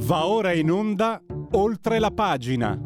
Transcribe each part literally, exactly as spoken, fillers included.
Va ora in onda Oltre la pagina.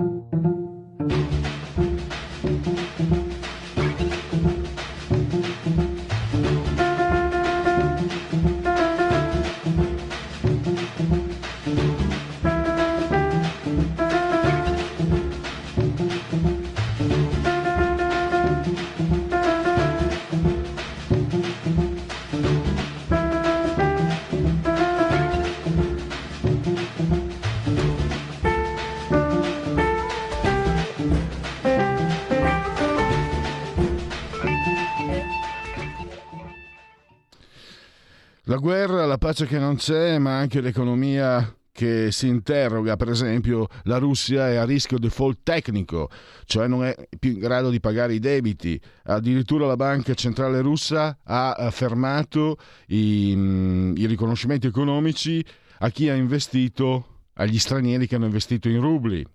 La guerra, la pace che non c'è, ma anche l'economia che si interroga. Per esempio, la Russia è a rischio default tecnico, cioè non è più in grado di pagare i debiti. Addirittura la Banca Centrale Russa ha fermato i, i riconoscimenti economici a chi ha investito, agli stranieri che hanno investito in rubli.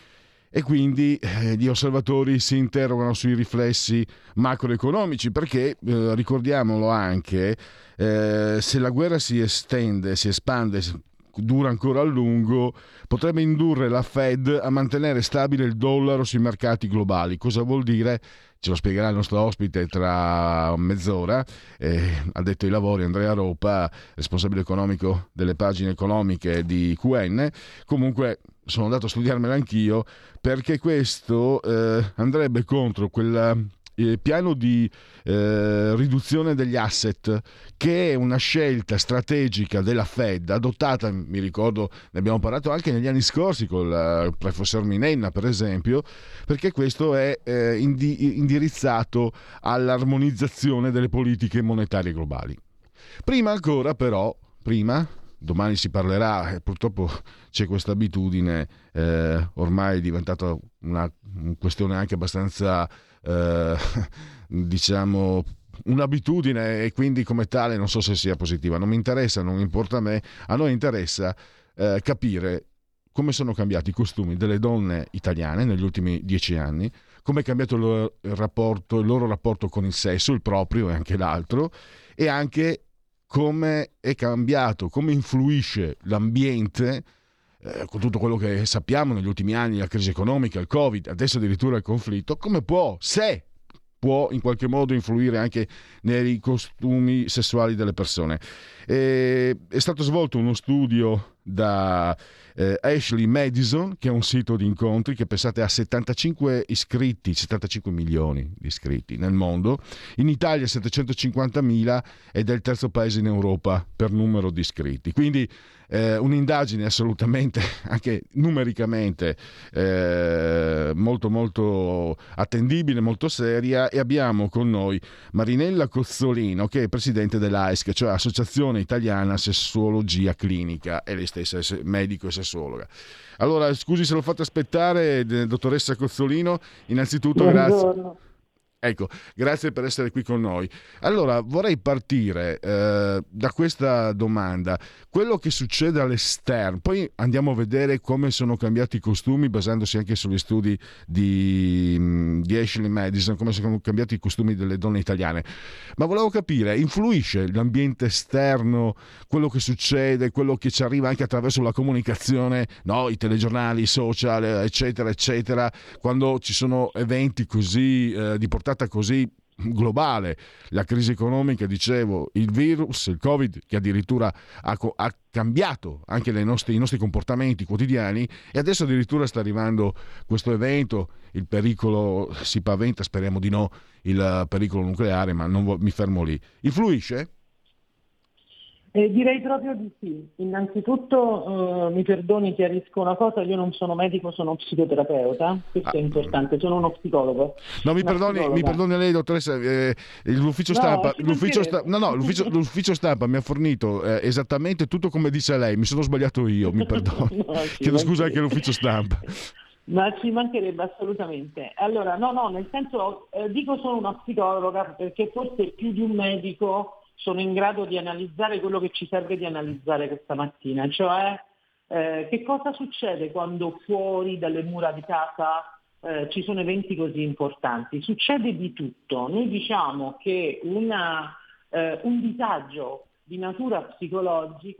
E quindi eh, gli osservatori si interrogano sui riflessi macroeconomici, perché, eh, ricordiamolo anche, eh, se la guerra si estende, si espande, dura ancora a lungo, potrebbe indurre la Fed a mantenere stabile il dollaro sui mercati globali. Cosa vuol dire? Ce lo spiegherà il nostro ospite tra mezz'ora, eh, addetto ai lavori, Andrea Ropa, responsabile economico delle pagine economiche di Q N. Comunque sono andato a studiarmela anch'io, perché questo eh, andrebbe contro quel eh, piano di eh, riduzione degli asset, che è una scelta strategica della Fed, adottata, mi ricordo, ne abbiamo parlato anche negli anni scorsi con il professor Minenna, per esempio, perché questo è eh, indi- indirizzato all'armonizzazione delle politiche monetarie globali. Prima ancora, però, prima... Domani si parlerà, e purtroppo c'è questa abitudine, eh, ormai è diventata una, una questione anche abbastanza, eh, diciamo, un'abitudine, e quindi come tale non so se sia positiva. Non mi interessa, non importa a me, a noi interessa eh, capire come sono cambiati i costumi delle donne italiane negli ultimi dieci anni, come è cambiato il loro rapporto, il loro rapporto con il sesso, il proprio e anche l'altro, e anche come è cambiato, come influisce l'ambiente eh, con tutto quello che sappiamo negli ultimi anni, la crisi economica, il Covid, adesso addirittura il conflitto, come può, se può in qualche modo influire anche nei costumi sessuali delle persone. E è stato svolto uno studio da eh, Ashley Madison, che è un sito di incontri che, pensate, ha settantacinque iscritti, settantacinque milioni di iscritti nel mondo. In Italia settecentocinquantamila ed è il terzo paese in Europa per numero di iscritti. Quindi eh, un'indagine assolutamente, anche numericamente, eh, molto molto attendibile, molto seria. E abbiamo con noi Marinella Cozzolino, che è presidente dell'A S C, cioè Associazione Italiana Sessuologia Clinica, e lei stessa è medico e sessologa. Allora, scusi se l'ho fatto aspettare, dottoressa Cozzolino, innanzitutto Buongiorno. grazie. Ecco, grazie per essere qui con noi. Allora, vorrei partire eh, da questa domanda. Quello che succede all'esterno, poi andiamo a vedere come sono cambiati i costumi, basandosi anche sugli studi di, di Ashley Madison, come sono cambiati i costumi delle donne italiane. Ma volevo capire, influisce l'ambiente esterno, quello che succede, quello che ci arriva anche attraverso la comunicazione, no? I telegiornali, i social, eccetera, eccetera, quando ci sono eventi così eh, di portata così globale, la crisi economica, dicevo, il virus, il Covid, che addirittura ha, ha cambiato anche le nostre, i nostri comportamenti quotidiani, e adesso addirittura sta arrivando questo evento, il pericolo, si paventa, speriamo di no, il pericolo nucleare, ma non vo- mi fermo lì. Influisce? Eh, direi proprio di sì. Innanzitutto eh, mi perdoni, chiarisco una cosa, io non sono medico, sono psicoterapeuta, questo Ah. è importante, sono uno psicologo. No, mi Una perdoni, mi psicologa. perdoni lei, dottoressa, eh, l'ufficio No, stampa, ci l'ufficio sta- mancherebbe. no, no, l'ufficio, l'ufficio stampa mi ha fornito eh, esattamente tutto come dice lei, mi sono sbagliato io, mi perdoni. No, ci Chiedo scusa anche mancherebbe. all'ufficio stampa. Ma ci mancherebbe assolutamente. Allora, no, no, nel senso, eh, dico sono una psicologa perché forse più di un medico sono in grado di analizzare quello che ci serve di analizzare questa mattina, cioè eh, che cosa succede quando fuori dalle mura di casa eh, ci sono eventi così importanti. Succede di tutto. Noi diciamo che una, eh, un disagio di natura psicologica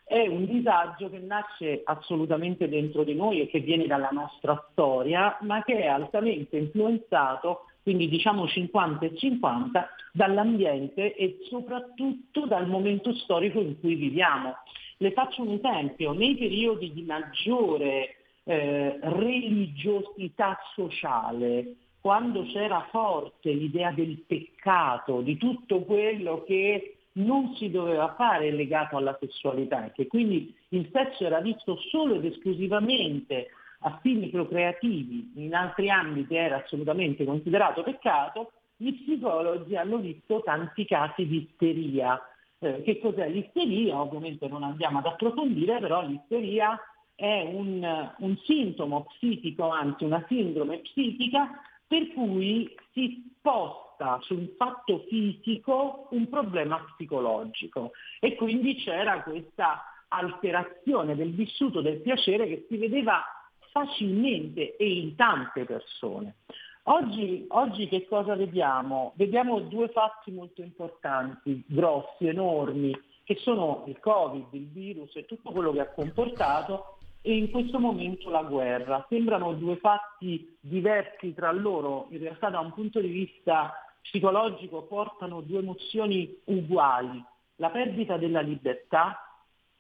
È un disagio che nasce assolutamente dentro di noi e che viene dalla nostra storia, ma che è altamente influenzato, quindi diciamo cinquanta e cinquanta, dall'ambiente e soprattutto dal momento storico in cui viviamo. Le faccio un esempio: nei periodi di maggiore eh, religiosità sociale, quando c'era forte l'idea del peccato, di tutto quello che non si doveva fare legato alla sessualità, e che quindi il sesso era visto solo ed esclusivamente a fini procreativi, in altri ambiti era assolutamente considerato peccato, gli psicologi hanno visto tanti casi di isteria. Eh, che cos'è l'isteria? Ovviamente non andiamo ad approfondire, però l'isteria è un, un sintomo psichico, anzi una sindrome psichica, per cui si sposta sul fatto fisico un problema psicologico, e quindi c'era questa alterazione del vissuto del piacere che si vedeva facilmente e in tante persone. Oggi, oggi che cosa vediamo? Vediamo due fatti molto importanti, grossi, enormi, che sono il Covid, il virus e tutto quello che ha comportato, e in questo momento la guerra. Sembrano due fatti diversi tra loro, in realtà da un punto di vista psicologico portano due emozioni uguali: la perdita della libertà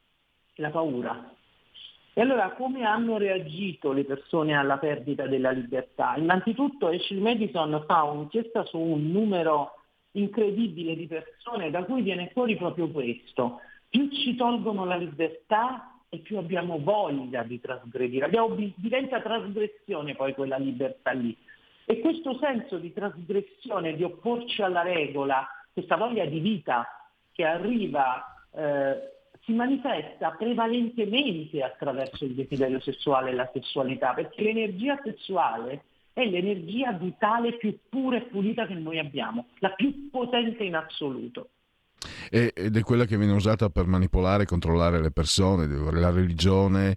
e la paura. E allora come hanno reagito le persone alla perdita della libertà? Innanzitutto Ashley Madison fa un'inchiesta su un numero incredibile di persone, da cui viene fuori proprio questo: più ci tolgono la libertà e più abbiamo voglia di trasgredire, abbiamo, diventa trasgressione poi quella libertà lì. E questo senso di trasgressione, di opporci alla regola, questa voglia di vita che arriva, eh, si manifesta prevalentemente attraverso il desiderio sessuale e la sessualità, perché l'energia sessuale è l'energia vitale più pura e pulita che noi abbiamo, la più potente in assoluto. Ed è quella che viene usata per manipolare e controllare le persone, la religione,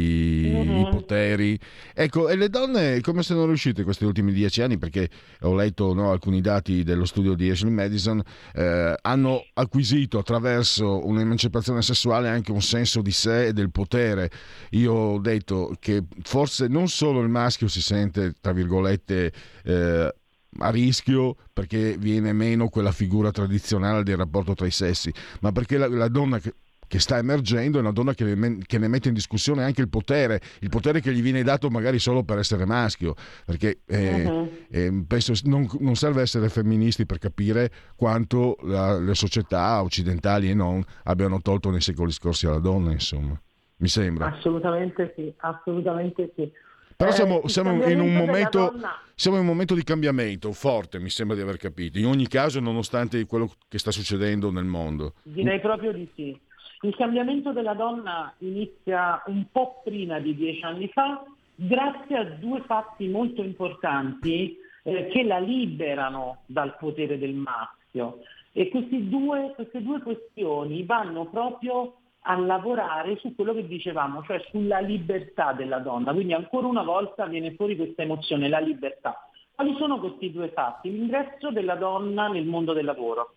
i, mm-hmm. i poteri. Ecco, e le donne come sono riuscite questi ultimi dieci anni? Perché ho letto, no, alcuni dati dello studio di Ashley Madison, eh, hanno acquisito attraverso un'emancipazione sessuale anche un senso di sé e del potere. Io ho detto che forse non solo il maschio si sente, tra virgolette, eh, a rischio perché viene meno quella figura tradizionale del rapporto tra i sessi, ma perché la, la donna che, che sta emergendo è una donna che ne, che ne mette in discussione anche il potere, il potere che gli viene dato magari solo per essere maschio, perché eh, uh-huh. eh, penso non, non serve essere femministi per capire quanto la, le società occidentali e non abbiano tolto nei secoli scorsi alla donna, insomma, mi sembra. Assolutamente sì, assolutamente sì. Però siamo, eh, siamo, in un momento, siamo in un momento di cambiamento forte, mi sembra di aver capito, in ogni caso, nonostante quello che sta succedendo nel mondo. Direi proprio di sì. Il cambiamento della donna inizia un po' prima di dieci anni fa, grazie a due fatti molto importanti eh, che la liberano dal potere del maschio. E questi due, queste due questioni vanno proprio a lavorare su quello che dicevamo, cioè sulla libertà della donna. Quindi ancora una volta viene fuori questa emozione, la libertà. Quali sono questi due fatti? L'ingresso della donna nel mondo del lavoro,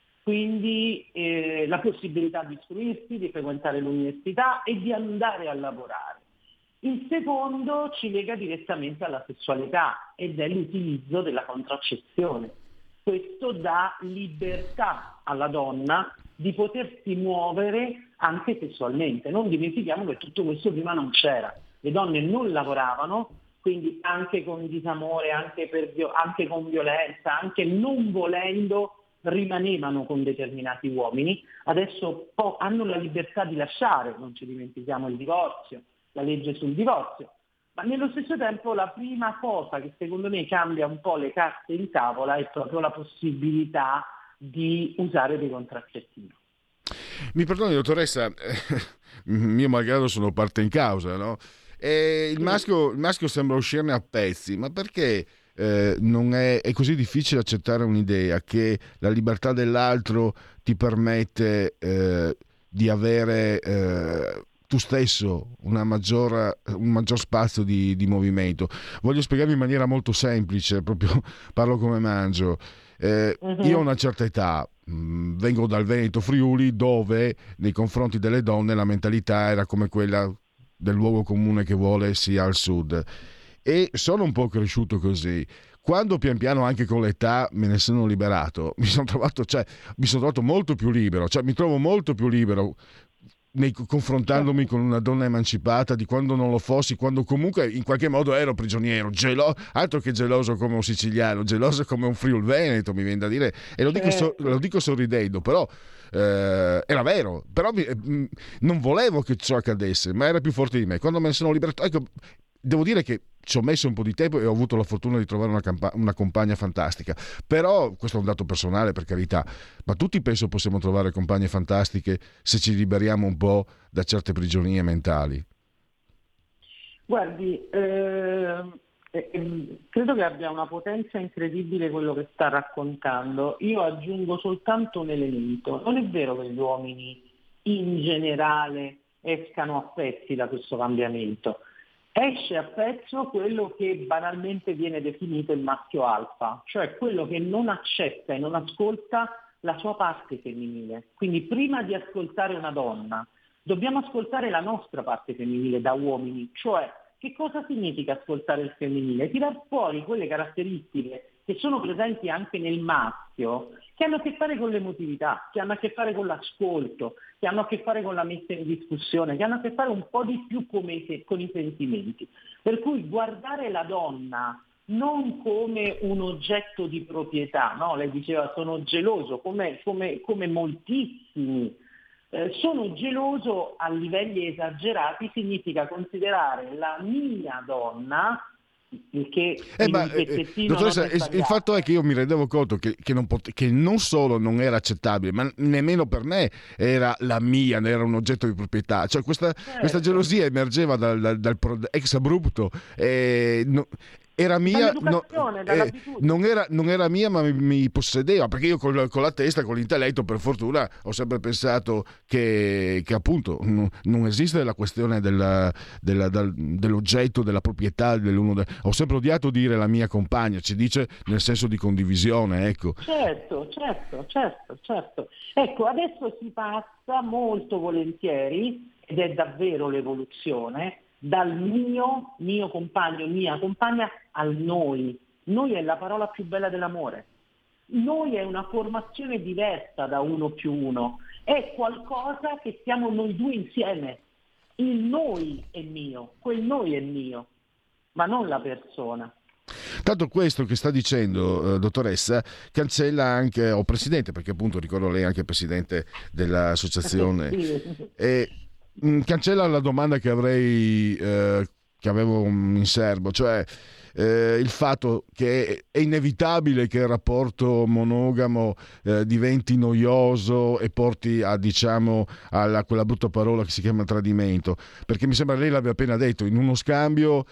quindi eh, la possibilità di istruirsi, di frequentare l'università e di andare a lavorare. Il secondo ci lega direttamente alla sessualità ed è l'utilizzo della contraccezione. Questo dà libertà alla donna di potersi muovere anche sessualmente. Non dimentichiamo che tutto questo prima non c'era. Le donne non lavoravano, quindi anche con disamore, anche, per, anche con violenza, anche non volendo, rimanevano con determinati uomini. Adesso po- hanno la libertà di lasciare, non ci dimentichiamo il divorzio, la legge sul divorzio. Ma nello stesso tempo la prima cosa che secondo me cambia un po' le carte in tavola è proprio la possibilità di usare dei contraccettivi. Mi perdoni, dottoressa, eh, io malgrado sono parte in causa, no? E il, maschio, il maschio sembra uscirne a pezzi, ma perché eh, non è, è così difficile accettare un'idea che la libertà dell'altro ti permette eh, di avere eh, tu stesso una maggior, un maggior spazio di, di movimento? Voglio spiegarvi in maniera molto semplice, proprio parlo come mangio. Eh, Mhm. io ho una certa età, mh, vengo dal Veneto Friuli, dove nei confronti delle donne la mentalità era come quella del luogo comune che vuole sia al sud, e sono un po' cresciuto così. Quando pian piano, anche con l'età, me ne sono liberato, mi sono trovato, cioè, mi sono trovato molto più libero, cioè mi trovo molto più libero nei- confrontandomi con una donna emancipata di quando non lo fossi, quando comunque in qualche modo ero prigioniero, gelo- altro che geloso come un siciliano, geloso come un Friul Veneto, mi viene da dire, e lo dico, so- Certo. lo dico sorridendo, però eh, era vero, però mi- mh, non volevo che ciò accadesse, ma era più forte di me. Quando me ne sono liberato, ecco, devo dire che ci ho messo un po' di tempo e ho avuto la fortuna di trovare una, campa- una compagna fantastica, però questo è un dato personale, per carità, ma tutti penso possiamo trovare compagne fantastiche se ci liberiamo un po' da certe prigionie mentali. Guardi, eh, eh, credo che abbia una potenza incredibile quello che sta raccontando. Io aggiungo soltanto un elemento. Non è vero che gli uomini in generale escano a pezzi da questo cambiamento. Esce a pezzo quello che banalmente viene definito il maschio alfa, cioè quello che non accetta e non ascolta la sua parte femminile. Quindi prima di ascoltare una donna, dobbiamo ascoltare la nostra parte femminile da uomini, cioè che cosa significa ascoltare il femminile? Tirar fuori quelle caratteristiche che sono presenti anche nel maschio, che hanno a che fare con l'emotività, che hanno a che fare con l'ascolto, che hanno a che fare con la messa in discussione, che hanno a che fare un po' di più come i- con i sentimenti. Per cui guardare la donna non come un oggetto di proprietà, no? Lei diceva sono geloso, come, come- come moltissimi. Eh, sono geloso a livelli esagerati, significa considerare la mia donna, il che Eh, in ma un eh, eh, pezzettino non dottoressa, è il, il fatto sbagliato. è che io mi rendevo conto che, che non pot- che non solo non era accettabile, ma nemmeno per me era la mia, ne era un oggetto di proprietà. Cioè questa, questa Certo, gelosia emergeva dal, dal, dal pro- ex abrupto. eh, no- era mia, no- dall'educazione, eh, dall'abitudine. non, era, non era mia, ma mi, mi possedeva, perché io col- con la testa, con l'intelletto, per fortuna, ho sempre pensato che, che appunto non, non esiste la questione della, della- dal- dell'oggetto, della proprietà dell'uno. de- Ho sempre odiato dire la mia compagna, ci dice nel senso di condivisione, ecco. Certo, certo, certo, certo. Ecco, adesso si passa molto volentieri, ed è davvero l'evoluzione, dal mio, mio compagno, mia compagna, al noi. Noi è la parola più bella dell'amore. Noi è una formazione diversa da uno più uno, è qualcosa che siamo noi due insieme. Il noi è mio, quel noi è mio, ma non la persona. Tanto questo che sta dicendo, eh, dottoressa, cancella anche, o presidente, perché appunto ricordo lei è anche presidente dell'associazione, Sì. e mh, cancella la domanda che avrei, eh, che avevo in serbo, cioè eh, il fatto che è inevitabile che il rapporto monogamo eh, diventi noioso e porti a, diciamo, alla quella brutta parola che si chiama tradimento, perché mi sembra lei l'abbia appena detto, in uno scambio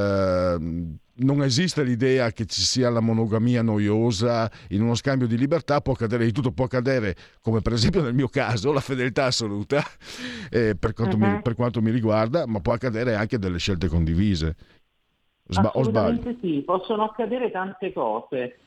eh, non esiste l'idea che ci sia la monogamia noiosa, in uno scambio di libertà può accadere di tutto, può accadere, come per esempio nel mio caso, la fedeltà assoluta eh, per, quanto mi, Mhm. per quanto mi riguarda, ma può accadere anche delle scelte condivise. Sba- o sbaglio? Assolutamente sì, possono accadere tante cose.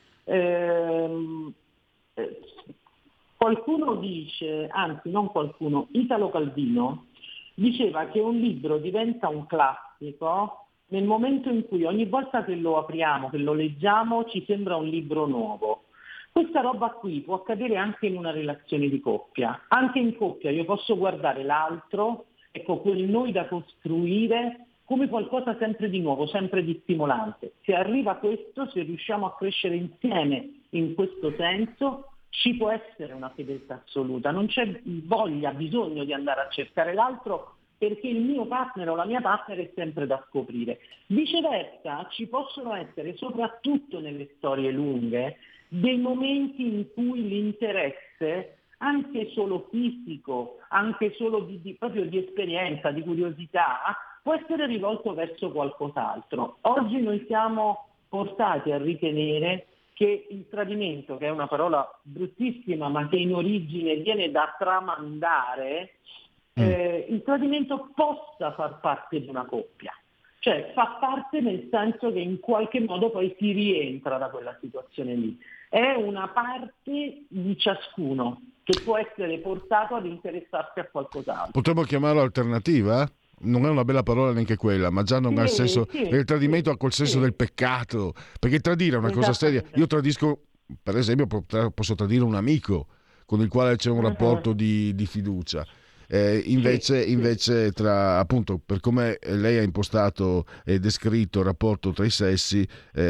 Ehm, eh, qualcuno dice, anzi non qualcuno, Italo Calvino diceva che un libro diventa un classico nel momento in cui ogni volta che lo apriamo, che lo leggiamo, ci sembra un libro nuovo. Questa roba qui può accadere anche in una relazione di coppia. Anche in coppia io posso guardare l'altro, ecco, quel noi da costruire come qualcosa sempre di nuovo, sempre di stimolante. Se arriva questo, se riusciamo a crescere insieme in questo senso, ci può essere una fedeltà assoluta. Non c'è voglia, bisogno di andare a cercare l'altro perché il mio partner o la mia partner è sempre da scoprire. Viceversa, ci possono essere, soprattutto nelle storie lunghe, dei momenti in cui l'interesse, anche solo fisico, anche solo di, di, proprio di esperienza, di curiosità, può essere rivolto verso qualcos'altro. Oggi noi siamo portati a ritenere che il tradimento, che è una parola bruttissima ma che in origine viene da tramandare, Mm. eh, il tradimento possa far parte di una coppia. Cioè fa parte nel senso che in qualche modo poi si rientra da quella situazione lì. è una parte di ciascuno che può essere portato ad interessarsi a qualcos'altro. Potremmo chiamarlo alternativa? Non è una bella parola neanche quella, ma già non ha il Sì, senso, sì, il tradimento sì, ha quel senso sì. del peccato, perché tradire è una cosa seria. Io tradisco, per esempio, potrei- posso tradire un amico con il quale c'è un Mhm. rapporto di, di fiducia. Eh, invece, Sì, sì. invece tra, appunto, per come lei ha impostato e descritto il rapporto tra i sessi,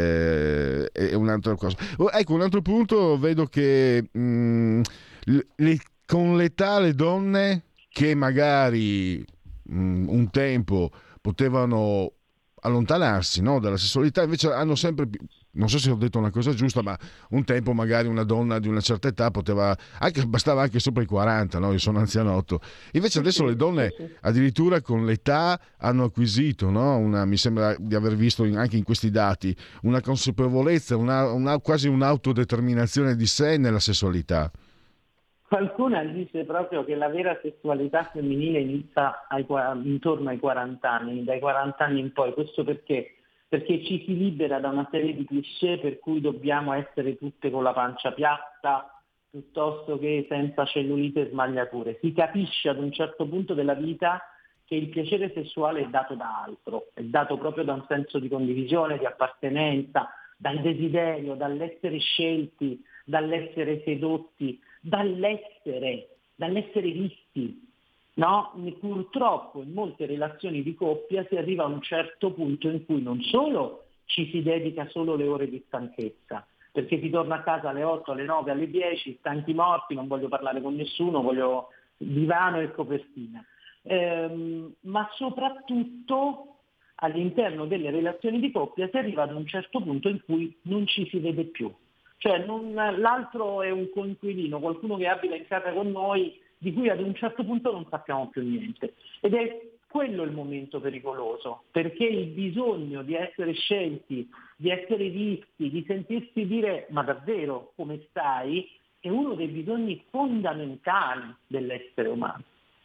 eh, è un'altra cosa. Oh, ecco, un altro punto, vedo che mh, le- le- con l'età le donne che magari mh, un tempo potevano allontanarsi, no, dalla sessualità, invece hanno sempre più, non so se ho detto una cosa giusta, ma un tempo magari una donna di una certa età poteva, anche, bastava anche sopra i quaranta, no? Io sono anzianotto. Invece Sì, adesso le sì, sì, donne sì. addirittura con l'età hanno acquisito, no? Una, mi sembra di aver visto in- anche in questi dati, una consapevolezza, una, una- quasi un'autodeterminazione di sé nella sessualità. Qualcuno dice proprio che la vera sessualità femminile inizia ai qua- intorno ai quaranta anni, dai quaranta anni in poi. Questo perché? Perché ci si libera da una serie di cliché per cui dobbiamo essere tutte con la pancia piatta piuttosto che senza cellulite e smagliature. Si capisce ad un certo punto della vita che il piacere sessuale è dato da altro, è dato proprio da un senso di condivisione, di appartenenza, dal desiderio, dall'essere scelti, dall'essere sedotti, dall'essere, dall'essere visti. No? Purtroppo in molte relazioni di coppia si arriva a un certo punto in cui non solo ci si dedica solo le ore di stanchezza, perché si torna a casa alle otto, alle nove, alle dieci, stanchi morti, non voglio parlare con nessuno, voglio divano e copertina, ehm, ma soprattutto all'interno delle relazioni di coppia si arriva ad un certo punto in cui non ci si vede più. Cioè non, l'altro è un coinquilino, qualcuno che abita in casa con noi, di cui ad un certo punto non sappiamo più niente. Ed è quello il momento pericoloso, perché il bisogno di essere scelti, di essere visti, di sentirsi dire ma davvero come stai, è uno dei bisogni fondamentali dell'essere umano.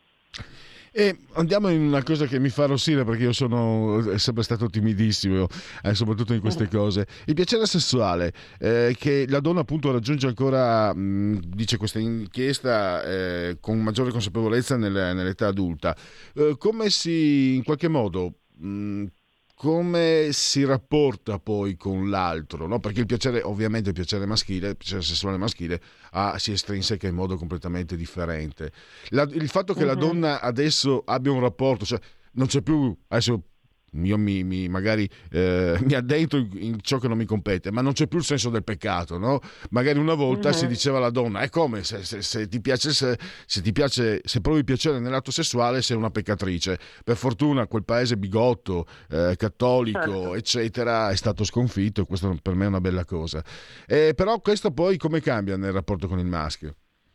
E andiamo in una cosa che mi fa arrossire perché io sono sempre stato timidissimo, eh, soprattutto in queste cose. Il piacere sessuale, eh, che la donna appunto raggiunge ancora, mh, dice questa inchiesta, eh, con maggiore consapevolezza nelle- nell'età adulta. Eh, come si, in qualche modo, mh, come si rapporta poi con l'altro, no? Perché il piacere, ovviamente il piacere maschile, il piacere sessuale maschile, ha, si estrinseca in modo completamente differente. La- il fatto che la Mhm. donna adesso abbia un rapporto, cioè non c'è più, adesso io mi, mi- magari eh, mi addentro in, in ciò che non mi compete, ma non c'è più il senso del peccato, no? Magari una volta si Mhm. diceva alla donna, è come se, se- se ti piace, se, se ti piace, se provi piacere nell'atto sessuale sei una peccatrice. Per fortuna quel paese bigotto, eh, cattolico, Certo. eccetera, è stato sconfitto e questo per me è una bella cosa. Eh, però questo poi come cambia nel rapporto con il maschio?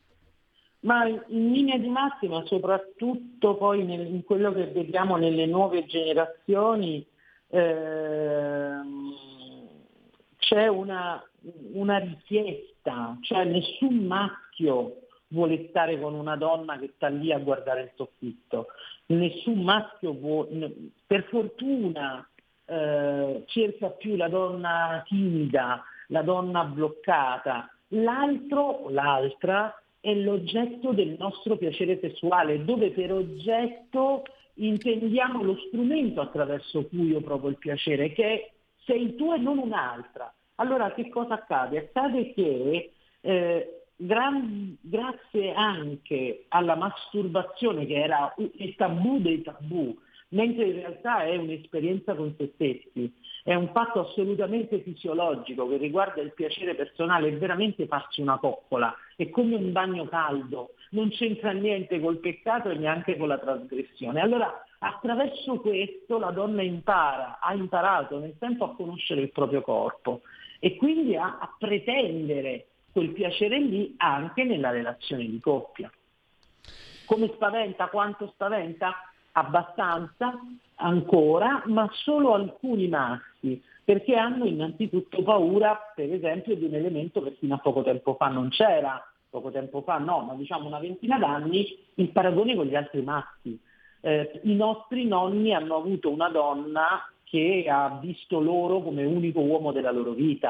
Ma in linea di massima, soprattutto poi nel- in quello che vediamo nelle nuove generazioni, ehm, c'è una, una richiesta, cioè nessun maschio vuole stare con una donna che sta lì a guardare il soffitto, nessun maschio vuole, per fortuna eh, cerca più la donna timida, la donna bloccata, l'altro o l'altra è l'oggetto del nostro piacere sessuale, dove per oggetto intendiamo lo strumento attraverso cui io provo il piacere, che sei tu e non un'altra. Allora che cosa accade? Accade che eh, gran- grazie anche alla masturbazione, che era il tabù dei tabù, mentre in realtà è un'esperienza con se stessi, è un fatto assolutamente fisiologico che riguarda il piacere personale, è veramente farsi una coccola, è come un bagno caldo, non c'entra niente col peccato e neanche con la trasgressione. Allora, attraverso questo la donna impara, ha imparato nel tempo a conoscere il proprio corpo e quindi a, a pretendere quel piacere lì anche nella relazione di coppia. Come spaventa? Quanto spaventa? Abbastanza, ancora, ma solo alcuni maschi, perché hanno innanzitutto paura, per esempio, di un elemento che fino a poco tempo fa non c'era, poco tempo fa no, ma diciamo una ventina d'anni, il paragone con gli altri maschi. Eh, I nostri nonni hanno avuto una donna che ha visto loro come unico uomo della loro vita.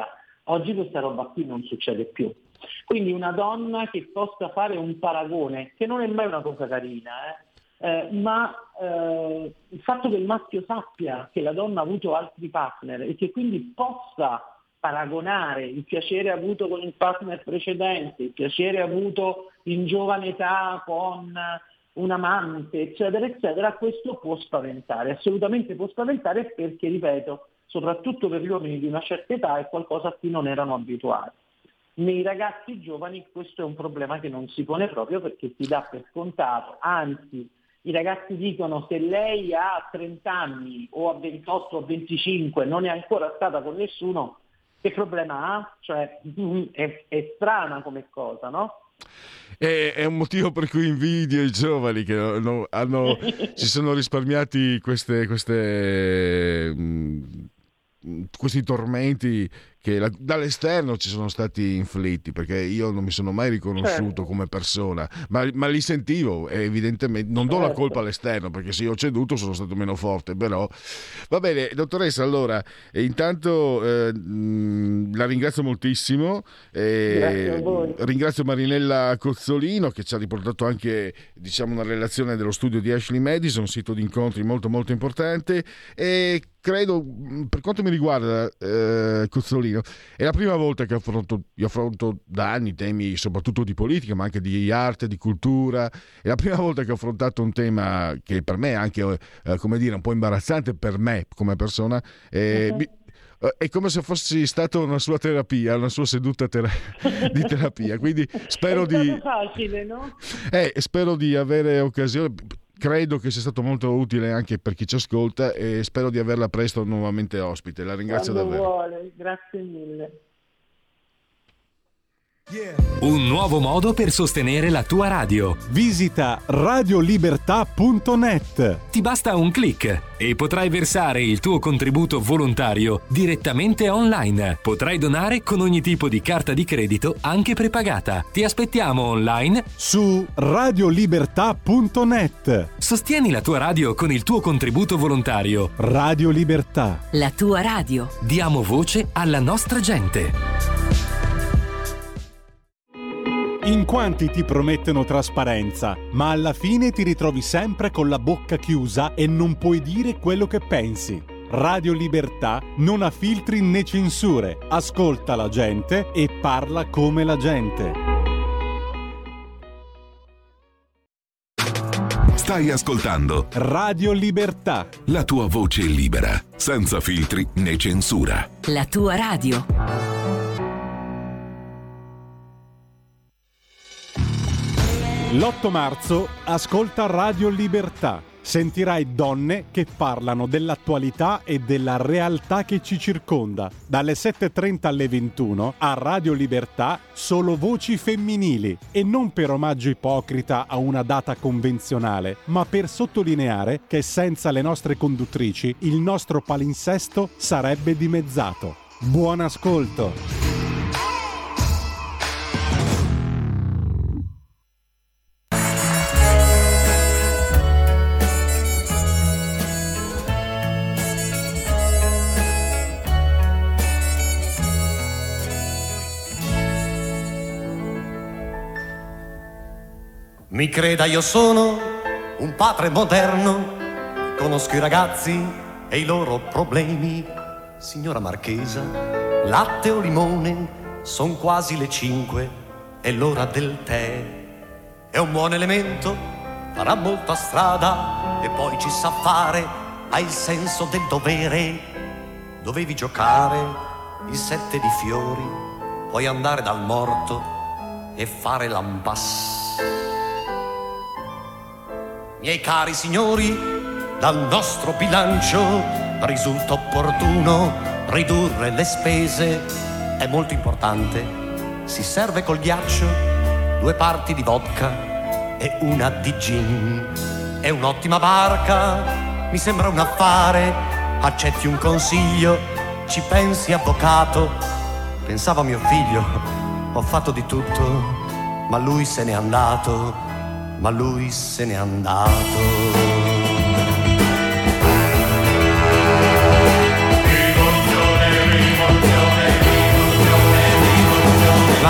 Oggi questa roba qui non succede più. Quindi una donna che possa fare un paragone, che non è mai una cosa carina, eh, eh, ma eh, il fatto che il maschio sappia che la donna ha avuto altri partner e che quindi possa paragonare il piacere avuto con il partner precedente, il piacere avuto in giovane età con un amante, eccetera, eccetera, questo può spaventare, assolutamente può spaventare, perché, ripeto, soprattutto per gli uomini di una certa età è qualcosa a cui non erano abituati. Nei ragazzi giovani questo è un problema che non si pone proprio, perché si dà per scontato, anzi i ragazzi dicono: se lei ha trenta anni o a ventotto o venticinque non è ancora stata con nessuno, che problema ha? Cioè è, è strana come cosa, no? È, è un motivo per cui invidio i giovani che hanno, hanno si sono risparmiati queste, queste mh, questi tormenti che la, dall'esterno ci sono stati inflitti, perché io non mi sono mai riconosciuto certo. come persona, ma, ma li sentivo, e evidentemente non do certo. la colpa all'esterno, perché se io ho ceduto sono stato meno forte. Però va bene, dottoressa, allora intanto eh, mh, la ringrazio moltissimo, eh, ringrazio Marinella Cozzolino che ci ha riportato anche, diciamo, una relazione dello studio di Ashley Madison, sito di incontri molto molto importante, e credo, per quanto mi riguarda, eh, Cozzolino, è la prima volta che affronto, io affronto da anni temi soprattutto di politica, ma anche di arte, di cultura. È la prima volta che ho affrontato un tema che per me è anche, eh, come dire, un po' imbarazzante per me come persona. Eh, uh-huh. mi, eh, è come se fossi stato una sua terapia, una sua seduta tera- di terapia. Quindi spero è di... facile, no? Eh, spero di avere occasione. Credo che sia stato molto utile anche per chi ci ascolta, e spero di averla presto nuovamente ospite. La ringrazio Quando davvero. vuole. Grazie mille. Un nuovo modo per sostenere la tua radio. Visita radiolibertà punto net. Ti basta un click e potrai versare il tuo contributo volontario direttamente online. Potrai donare con ogni tipo di carta di credito, anche prepagata. Ti aspettiamo online su radiolibertà punto net. Sostieni la tua radio con il tuo contributo volontario. Radio Libertà. La tua radio. Diamo voce alla nostra gente. In quanti ti promettono trasparenza, ma alla fine ti ritrovi sempre con la bocca chiusa e non puoi dire quello che pensi. Radio Libertà non ha filtri né censure, ascolta la gente e parla come la gente. Stai ascoltando Radio Libertà, la tua voce libera, senza filtri né censura. La tua radio. l'otto marzo ascolta Radio Libertà. Sentirai donne che parlano dell'attualità e della realtà che ci circonda. Dalle sette e trenta alle ventuno a Radio Libertà solo voci femminili, e non per omaggio ipocrita a una data convenzionale, ma per sottolineare che senza le nostre conduttrici il nostro palinsesto sarebbe dimezzato. Buon ascolto! Mi creda, io sono un padre moderno, conosco i ragazzi e i loro problemi. Signora Marchesa, latte o limone, son quasi le cinque, è l'ora del tè. È un buon elemento, farà molta strada e poi ci sa fare, ha il senso del dovere. Dovevi giocare il sette di fiori, puoi andare dal morto e fare l'ambassadore. Miei cari signori, dal nostro bilancio risulta opportuno ridurre le spese. È molto importante, si serve col ghiaccio due parti di vodka e una di gin. È un'ottima barca, mi sembra un affare, accetti un consiglio, ci pensi avvocato. Pensavo a mio figlio, ho fatto di tutto, ma lui se n'è andato. Ma lui se n'è andato. Rivoluzione, rivoluzione, rivoluzione.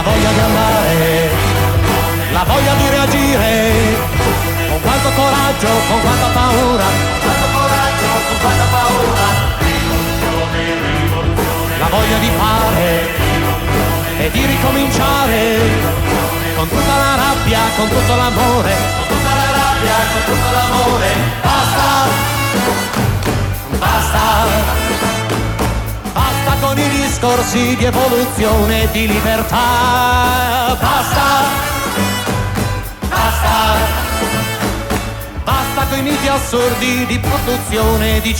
la voglia di andare, la voglia di reagire, con quanto coraggio, con quanta paura, con quanto coraggio, con quanta paura, rivoluzione, rivoluzione, la voglia di fare e di ricominciare, con tutta la rabbia, con tutto l'amore, con tutta la rabbia, con tutto l'amore, basta, basta, basta con i discorsi di evoluzione e di libertà, basta, basta, basta con i miti assurdi di produzione e di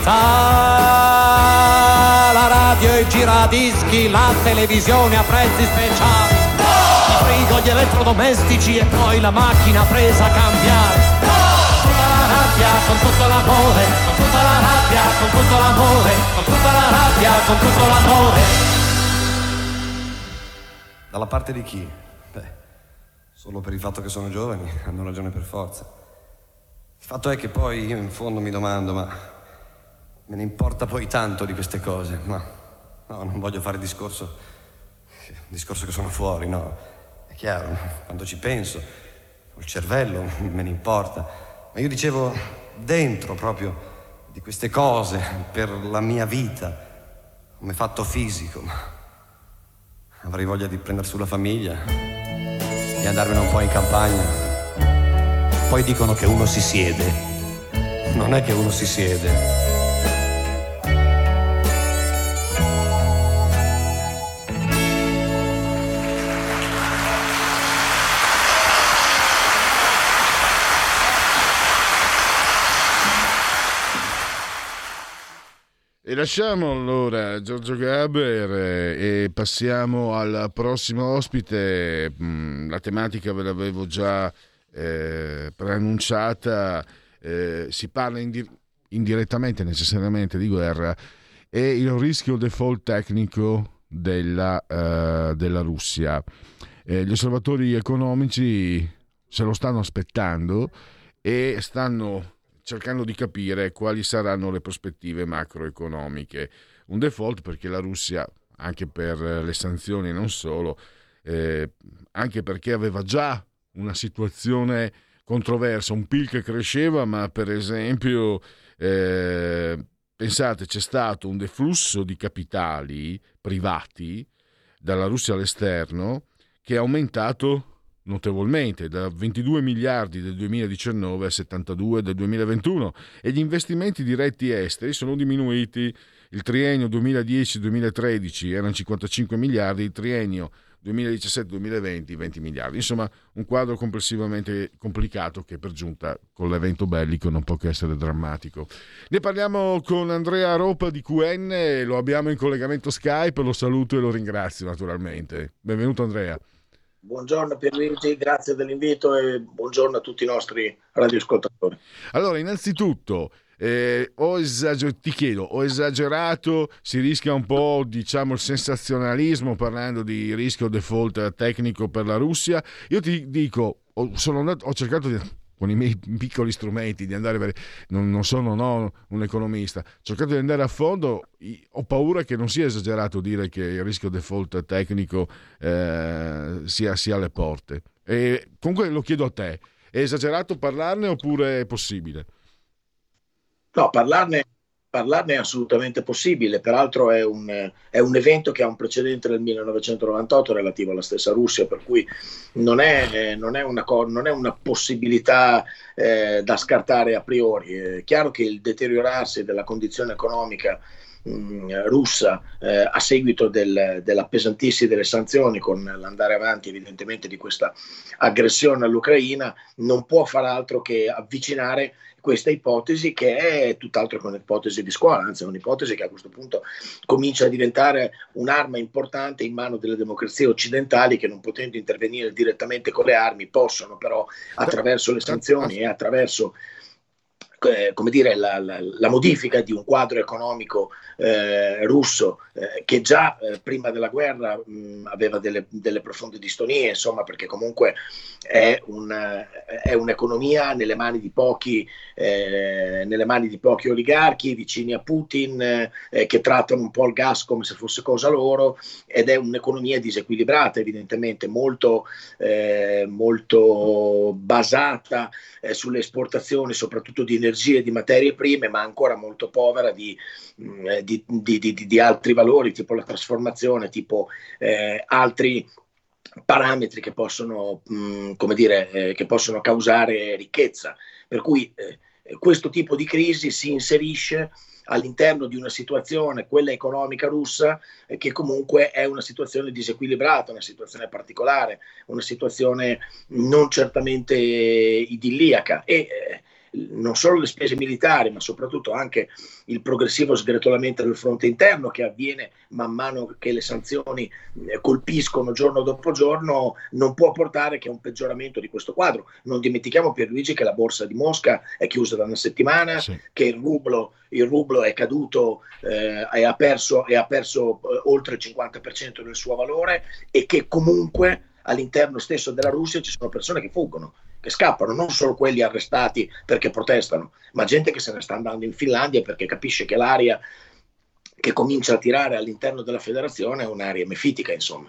civiltà, la radio e i giradischi, la televisione a prezzi speciali, il frigo, gli elettrodomestici e poi la macchina presa a cambiare, tutta la rabbia con tutto l'amore, con tutta la rabbia con tutto l'amore, con tutta la rabbia con tutto l'amore. Dalla parte di chi? Beh, solo per il fatto che sono giovani hanno ragione per forza. Il fatto è che poi io in fondo mi domando, ma me ne importa poi tanto di queste cose? Ma no, non voglio fare discorso, discorso che sono fuori, no. È chiaro, quando ci penso, col cervello me ne importa. Ma io dicevo dentro proprio di queste cose per la mia vita, come fatto fisico. Ma avrei voglia di prendere su la famiglia, di andarmene un po' in campagna. Poi dicono che uno si siede. Non è che uno si siede. E lasciamo allora Giorgio Gaber e passiamo al prossimo ospite. La tematica ve l'avevo già eh, preannunciata, eh, si parla indir- indirettamente, necessariamente di guerra e il rischio default tecnico della, uh, della Russia. Eh, gli osservatori economici se lo stanno aspettando e stanno cercando di capire quali saranno le prospettive macroeconomiche. Un default perché la Russia, anche per le sanzioni e non solo, eh, anche perché aveva già una situazione controversa, un P I L che cresceva, ma per esempio, eh, pensate, c'è stato un deflusso di capitali privati dalla Russia all'esterno che è aumentato notevolmente, da ventidue miliardi del duemiladiciannove a settantadue del duemilaventuno, e gli investimenti diretti esteri sono diminuiti. Il triennio duemiladieci duemilatredici erano cinquantacinque miliardi, il triennio duemiladiciassette duemilaventi venti miliardi. Insomma, un quadro complessivamente complicato che per giunta con l'evento bellico non può che essere drammatico. Ne parliamo con Andrea Ropa di Q N, lo abbiamo in collegamento Skype, lo saluto e lo ringrazio naturalmente. Benvenuto Andrea. Buongiorno Pierluigi, grazie dell'invito e buongiorno a tutti i nostri radioascoltatori. Allora, innanzitutto, eh, ho esager- ti chiedo, ho esagerato, si rischia un po', diciamo, il sensazionalismo parlando di rischio default tecnico per la Russia? Io ti dico, ho, sono andato, ho cercato di... con i miei piccoli strumenti di andare per... non, non sono no, un economista, ho cercato di andare a fondo, ho paura che non sia esagerato dire che il rischio default tecnico eh, sia, sia alle porte. E comunque lo chiedo a te, è esagerato parlarne oppure è possibile? No, parlarne Parlarne è assolutamente possibile, peraltro è un, è un evento che ha un precedente nel millenovecentonovantotto relativo alla stessa Russia, per cui non è, non è, una, non è una possibilità eh, da scartare a priori. È chiaro che il deteriorarsi della condizione economica mh, russa eh, a seguito del, dell'appesantirsi delle sanzioni, con l'andare avanti evidentemente di questa aggressione all'Ucraina, non può far altro che avvicinare questa ipotesi, che è tutt'altro che un'ipotesi di scuola, anzi è un'ipotesi che a questo punto comincia a diventare un'arma importante in mano delle democrazie occidentali, che non potendo intervenire direttamente con le armi possono però attraverso le sanzioni e attraverso come dire, la, la, la modifica di un quadro economico eh, russo eh, che già eh, prima della guerra mh, aveva delle, delle profonde distonie, insomma, perché comunque è, un, è un'economia nelle mani di pochi eh, nelle mani di pochi oligarchi vicini a Putin eh, che trattano un po' il gas come se fosse cosa loro, ed è un'economia disequilibrata, evidentemente molto, eh, molto basata eh, sulle esportazioni soprattutto di energie e di materie prime, ma ancora molto povera di, mh, di, di, di, di altri valori, tipo la trasformazione, tipo eh, altri parametri che possono, mh, come dire, eh, che possono causare ricchezza. Per cui eh, questo tipo di crisi si inserisce all'interno di una situazione, quella economica russa, eh, che comunque è una situazione disequilibrata, una situazione particolare, una situazione non certamente idilliaca. E eh, non solo le spese militari, ma soprattutto anche il progressivo sgretolamento del fronte interno che avviene man mano che le sanzioni colpiscono giorno dopo giorno, non può portare che a un peggioramento di questo quadro. Non dimentichiamo, Pierluigi, che la borsa di Mosca è chiusa da una settimana, sì. che il rublo, il rublo è caduto eh, e ha perso, e ha perso eh, oltre il cinquanta per cento del suo valore, e che comunque all'interno stesso della Russia ci sono persone che fuggono, che scappano, non solo quelli arrestati perché protestano, ma gente che se ne sta andando in Finlandia perché capisce che l'aria che comincia a tirare all'interno della federazione è un'aria mefitica, insomma.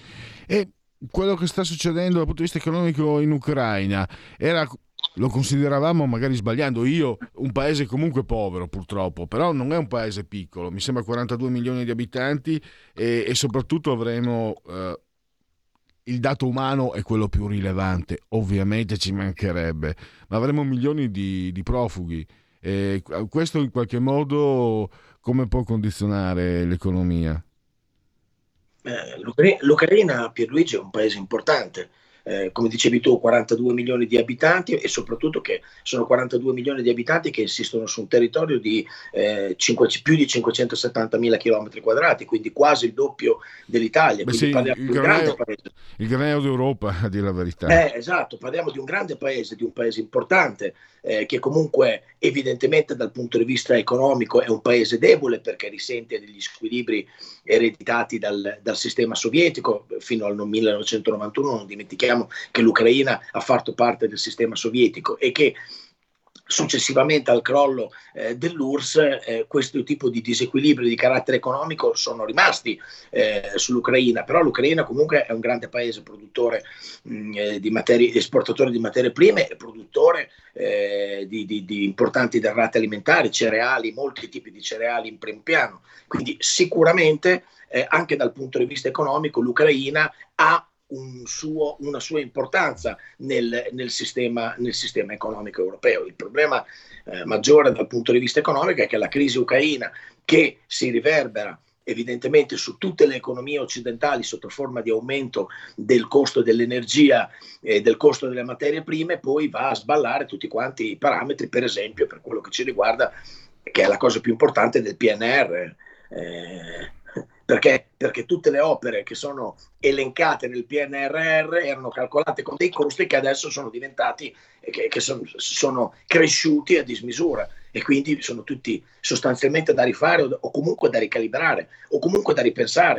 E quello che sta succedendo dal punto di vista economico in Ucraina era, lo consideravamo magari sbagliando, io un paese comunque povero purtroppo, però non è un paese piccolo, mi sembra quarantadue milioni di abitanti, e, e soprattutto avremo eh, il dato umano è quello più rilevante, ovviamente ci mancherebbe, ma avremo milioni di, di profughi, e questo in qualche modo come può condizionare l'economia? Eh, l'Ucra- L'Ucraina, Pierluigi, è un paese importante. Eh, come dicevi tu, quarantadue milioni di abitanti, e soprattutto che sono quarantadue milioni di abitanti che insistono su un territorio di eh, cinque, più di cinquecentosettantamila chilometri quadrati, quindi quasi il doppio dell'Italia. Beh, quindi sì, parliamo il di un graneo, grande paese. Il graneo d'Europa, a dire la verità. Eh, esatto, parliamo di un grande paese, di un paese importante, eh, che comunque evidentemente dal punto di vista economico è un paese debole perché risente degli squilibri ereditati dal, dal sistema sovietico fino al millenovecentonovantuno. Non dimentichiamo che l'Ucraina ha fatto parte del sistema sovietico e che successivamente al crollo eh, dell'U R S S eh, questo tipo di disequilibri di carattere economico sono rimasti eh, sull'Ucraina, però l'Ucraina comunque è un grande paese produttore mh, di materie, esportatore di materie prime e produttore eh, di, di, di importanti derrate alimentari, cereali, molti tipi di cereali in primo piano, quindi sicuramente eh, anche dal punto di vista economico l'Ucraina ha Un suo, una sua importanza nel, nel, sistema, nel sistema economico europeo. Il problema eh, maggiore dal punto di vista economico è che la crisi ucraina, che si riverbera evidentemente su tutte le economie occidentali sotto forma di aumento del costo dell'energia e del costo delle materie prime, poi va a sballare tutti quanti i parametri, per esempio per quello che ci riguarda, che è la cosa più importante del P N R R. Eh, Perché? Perché tutte le opere che sono elencate nel P N R R erano calcolate con dei costi che adesso sono diventati, che, che son, sono cresciuti a dismisura, e quindi sono tutti sostanzialmente da rifare o, o comunque da ricalibrare o comunque da ripensare.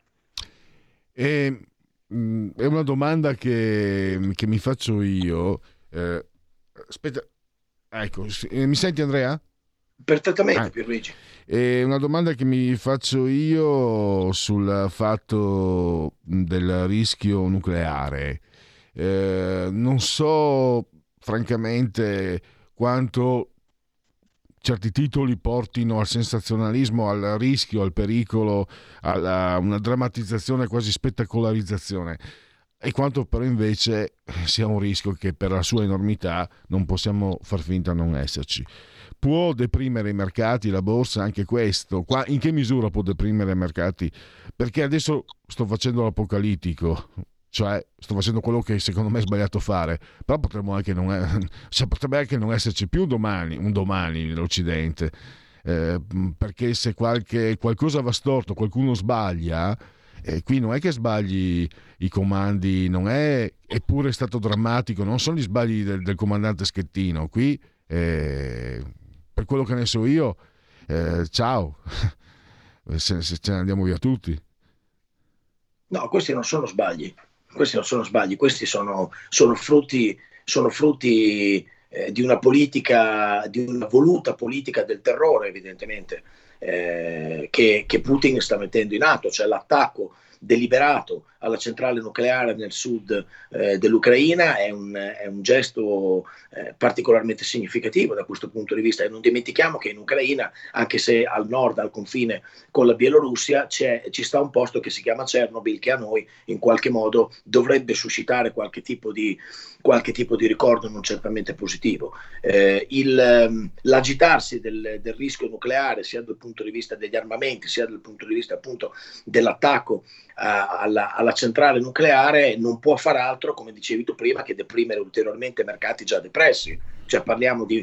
E, mh, è una domanda che, che mi faccio io. Eh, aspetta, ecco, mi senti, Andrea? Perfettamente, ah. Pierluigi. È una domanda che mi faccio io sul fatto del rischio nucleare. Eh, non so francamente quanto certi titoli portino al sensazionalismo, al rischio, al pericolo, a una drammatizzazione, quasi spettacolarizzazione, e quanto però invece sia un rischio che per la sua enormità non possiamo far finta non esserci. Può deprimere i mercati, la borsa, anche questo? Qua, in che misura può deprimere i mercati? Perché adesso sto facendo l'apocalittico, cioè sto facendo quello che secondo me è sbagliato fare, però potremmo anche non, cioè, potrebbe anche non esserci più domani, un domani nell'Occidente, eh, perché se qualche, qualcosa va storto, qualcuno sbaglia, eh, qui non è che sbagli i comandi, non è, eppure è stato drammatico, non sono gli sbagli del, del comandante Schettino, qui eh, per quello che ne so io, eh, ciao, se, se ce ne andiamo via tutti. No, questi non sono sbagli, questi non sono sbagli, questi sono, sono frutti, sono frutti eh, di una politica, di una voluta politica del terrore, evidentemente, eh, che, che Putin sta mettendo in atto, cioè l'attacco deliberato alla centrale nucleare nel sud eh, dell'Ucraina è un, è un gesto eh, particolarmente significativo da questo punto di vista, e non dimentichiamo che in Ucraina, anche se al nord, al confine con la Bielorussia, c'è, ci sta un posto che si chiama Chernobyl, che a noi in qualche modo dovrebbe suscitare qualche tipo di, qualche tipo di ricordo non certamente positivo. Eh, il, l'agitarsi del, del rischio nucleare, sia dal punto di vista degli armamenti, sia dal punto di vista appunto dell'attacco alla, alla centrale nucleare, non può far altro, come dicevi tu prima, che deprimere ulteriormente mercati già depressi. Cioè parliamo di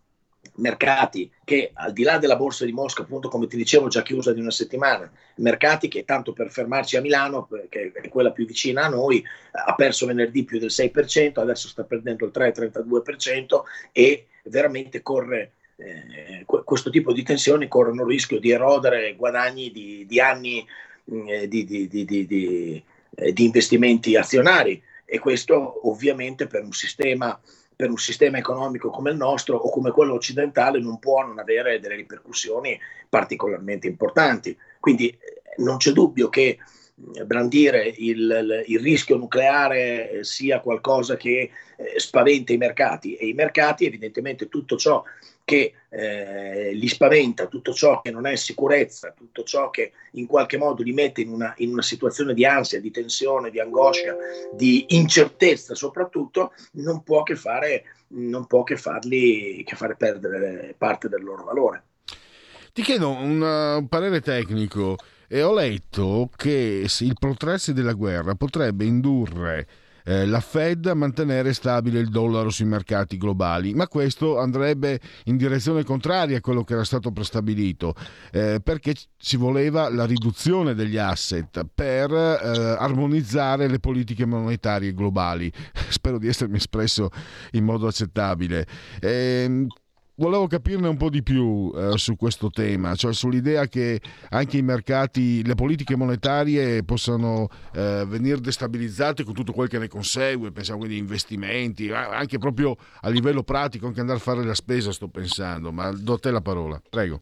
mercati che, al di là della borsa di Mosca, appunto come ti dicevo, già chiusa di una settimana, mercati che, tanto per fermarci a Milano, che è quella più vicina a noi, ha perso venerdì più del sei per cento, adesso sta perdendo il tre virgola trentadue per cento, e veramente corre eh, questo tipo di tensioni corrono il rischio di erodere guadagni di, di anni eh, di, di, di, di, di, eh, di investimenti azionari, e questo ovviamente per un sistema per un sistema economico come il nostro o come quello occidentale non può non avere delle ripercussioni particolarmente importanti. Quindi eh, non c'è dubbio che brandire il, il rischio nucleare sia qualcosa che eh, spaventa i mercati, e i mercati evidentemente tutto ciò che eh, li spaventa, tutto ciò che non è sicurezza, tutto ciò che in qualche modo li mette in una, in una situazione di ansia, di tensione, di angoscia, di incertezza soprattutto, non può che fare, non può che farli che fare perdere parte del loro valore. Ti chiedo un, un parere tecnico. E ho letto che il protrarsi della guerra potrebbe indurre eh, la Fed a mantenere stabile il dollaro sui mercati globali, ma questo andrebbe in direzione contraria a quello che era stato prestabilito, eh, perché si voleva la riduzione degli asset per eh, armonizzare le politiche monetarie globali. Spero di essermi espresso in modo accettabile. Eh, Volevo capirne un po' di più eh, su questo tema, cioè sull'idea che anche i mercati, le politiche monetarie possano eh, venire destabilizzate con tutto quel che ne consegue, pensiamo quindi a investimenti, anche proprio a livello pratico, anche andare a fare la spesa sto pensando, ma do a te la parola, prego.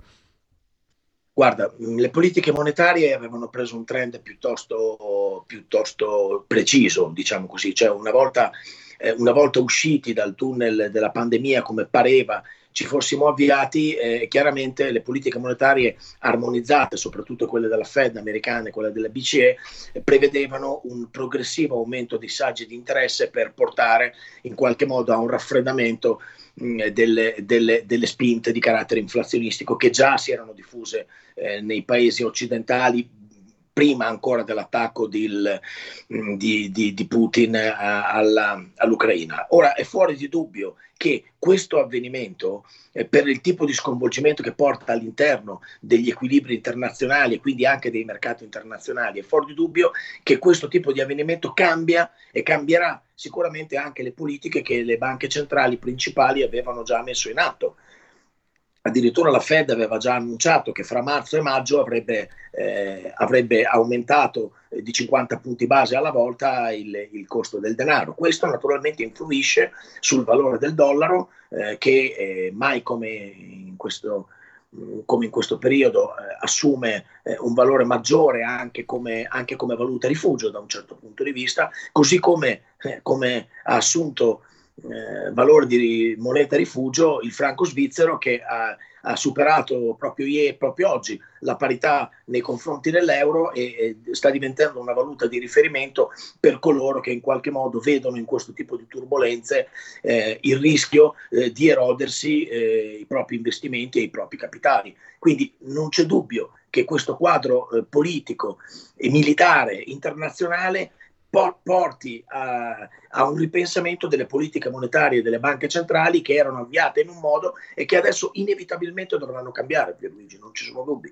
Guarda, le politiche monetarie avevano preso un trend piuttosto, piuttosto preciso, diciamo così, cioè una volta, eh, una volta usciti dal tunnel della pandemia, come pareva ci fossimo avviati, eh, chiaramente le politiche monetarie armonizzate, soprattutto quelle della Fed americana e quelle della B C E, eh, prevedevano un progressivo aumento dei saggi di interesse per portare in qualche modo a un raffreddamento mh, delle, delle, delle spinte di carattere inflazionistico che già si erano diffuse eh, nei paesi occidentali prima ancora dell'attacco di, di, di, di Putin a, alla, all'Ucraina. Ora è fuori di dubbio che questo avvenimento, eh, per il tipo di sconvolgimento che porta all'interno degli equilibri internazionali e quindi anche dei mercati internazionali, è fuori di dubbio che questo tipo di avvenimento cambia e cambierà sicuramente anche le politiche che le banche centrali principali avevano già messo in atto. Addirittura la Fed aveva già annunciato che fra marzo e maggio avrebbe, eh, avrebbe aumentato eh, di cinquanta punti base alla volta il, il costo del denaro. Questo naturalmente influisce sul valore del dollaro eh, che eh, mai come in questo, come in questo periodo eh, assume eh, un valore maggiore anche come, anche come valuta rifugio da un certo punto di vista, così come, eh, come ha assunto Eh, valore di moneta rifugio il franco svizzero, che ha, ha superato proprio, ieri, proprio oggi la parità nei confronti dell'euro e, e sta diventando una valuta di riferimento per coloro che in qualche modo vedono in questo tipo di turbolenze eh, il rischio eh, di erodersi eh, i propri investimenti e i propri capitali. Quindi non c'è dubbio che questo quadro eh, politico e militare internazionale porti a, a un ripensamento delle politiche monetarie delle banche centrali, che erano avviate in un modo e che adesso inevitabilmente dovranno cambiare, Pierluigi, non ci sono dubbi.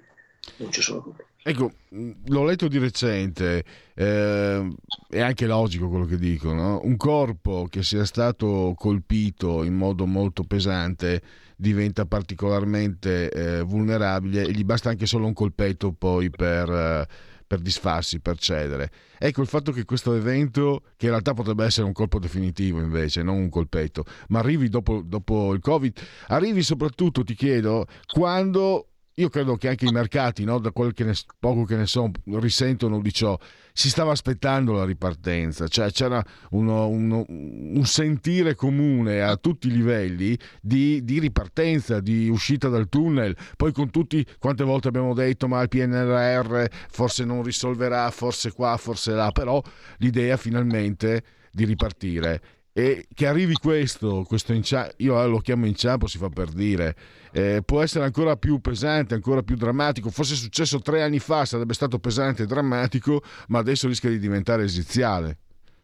non ci sono dubbi. Ecco, l'ho letto di recente, eh, è anche logico quello che dico, no? Un corpo che sia stato colpito in modo molto pesante diventa particolarmente eh, vulnerabile e gli basta anche solo un colpetto poi per, eh, per disfarsi, per cedere. Ecco, il fatto che questo evento, che in realtà potrebbe essere un colpo definitivo invece, non un colpetto, ma arrivi dopo, dopo il Covid, arrivi soprattutto, ti chiedo, quando... Io credo che anche i mercati, no, da quel che ne, poco che ne so, risentono di ciò. Si stava aspettando la ripartenza, cioè c'era uno, uno, un sentire comune a tutti i livelli di, di ripartenza, di uscita dal tunnel. Poi con tutti, quante volte abbiamo detto ma il P N R R forse non risolverà, forse qua, forse là, però l'idea finalmente di ripartire. E che arrivi questo, questo inciampo, io lo chiamo inciampo, si fa per dire, eh, può essere ancora più pesante, ancora più drammatico. Forse è successo tre anni fa, sarebbe stato pesante e drammatico, ma adesso rischia di diventare esiziale.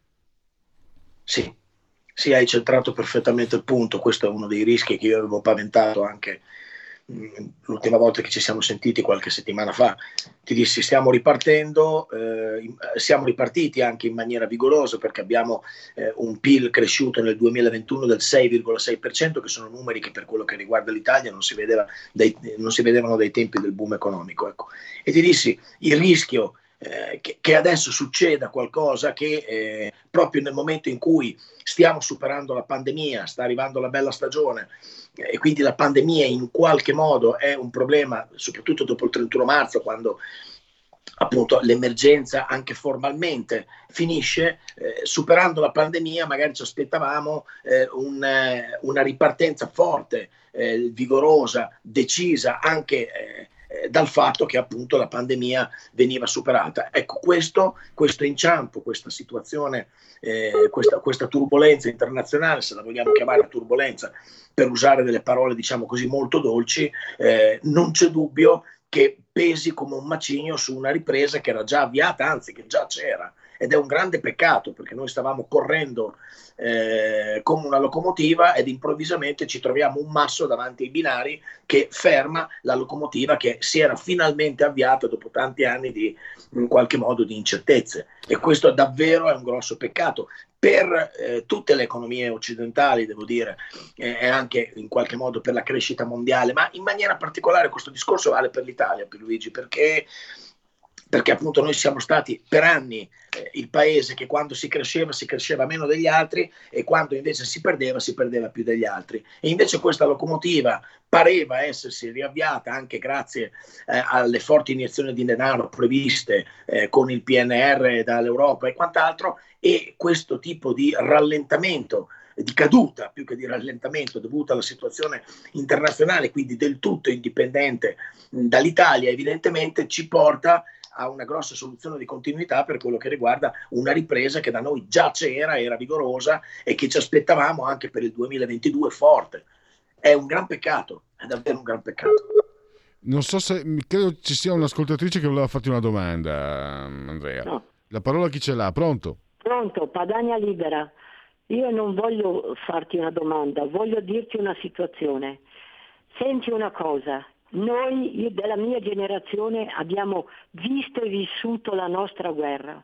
Sì, sì, hai centrato perfettamente il punto. Questo è uno dei rischi che io avevo paventato anche l'ultima volta che ci siamo sentiti qualche settimana fa. Ti dissi stiamo ripartendo, eh, siamo ripartiti anche in maniera vigorosa perché abbiamo eh, un P I L cresciuto nel duemilaventuno del sei virgola sei per cento, che sono numeri che per quello che riguarda l'Italia non si, vedeva dai, non si vedevano dai tempi del boom economico, ecco. E ti dissi il rischio Eh, che, che adesso succeda qualcosa che eh, proprio nel momento in cui stiamo superando la pandemia, sta arrivando la bella stagione eh, e quindi la pandemia in qualche modo è un problema, soprattutto dopo il trentuno marzo, quando appunto l'emergenza anche formalmente finisce, eh, superando la pandemia magari ci aspettavamo eh, un, eh, una ripartenza forte, eh, vigorosa, decisa anche eh, dal fatto che appunto la pandemia veniva superata. Ecco, questo, questo inciampo, questa situazione, eh, questa, questa turbolenza internazionale, se la vogliamo chiamare turbolenza, per usare delle parole diciamo così molto dolci, eh, non c'è dubbio che pesi come un macigno su una ripresa che era già avviata, anzi che già c'era, ed è un grande peccato perché noi stavamo correndo eh, come una locomotiva ed improvvisamente ci troviamo un masso davanti ai binari che ferma la locomotiva che si era finalmente avviata dopo tanti anni di in qualche modo di incertezze, e questo davvero è un grosso peccato per eh, tutte le economie occidentali, devo dire, eh, e anche in qualche modo per la crescita mondiale, ma in maniera particolare questo discorso vale per l'Italia, Pierluigi, perché perché appunto noi siamo stati per anni eh, il paese che quando si cresceva si cresceva meno degli altri e quando invece si perdeva si perdeva più degli altri, e invece questa locomotiva pareva essersi riavviata anche grazie eh, alle forti iniezioni di denaro previste eh, con il P N R R dall'Europa e quant'altro, e questo tipo di rallentamento, di caduta più che di rallentamento dovuto alla situazione internazionale, quindi del tutto indipendente mh, dall'Italia, evidentemente ci porta a una grossa soluzione di continuità per quello che riguarda una ripresa che da noi già c'era, era vigorosa e che ci aspettavamo anche per il duemilaventidue forte. È un gran peccato, è davvero un gran peccato. Non so se, credo ci sia un'ascoltatrice che voleva farti una domanda, Andrea. No. La parola chi ce l'ha? Pronto? Pronto, Padania Libera. Io non voglio farti una domanda, voglio dirti una situazione. Senti una cosa. Noi, io della mia generazione, abbiamo visto e vissuto la nostra guerra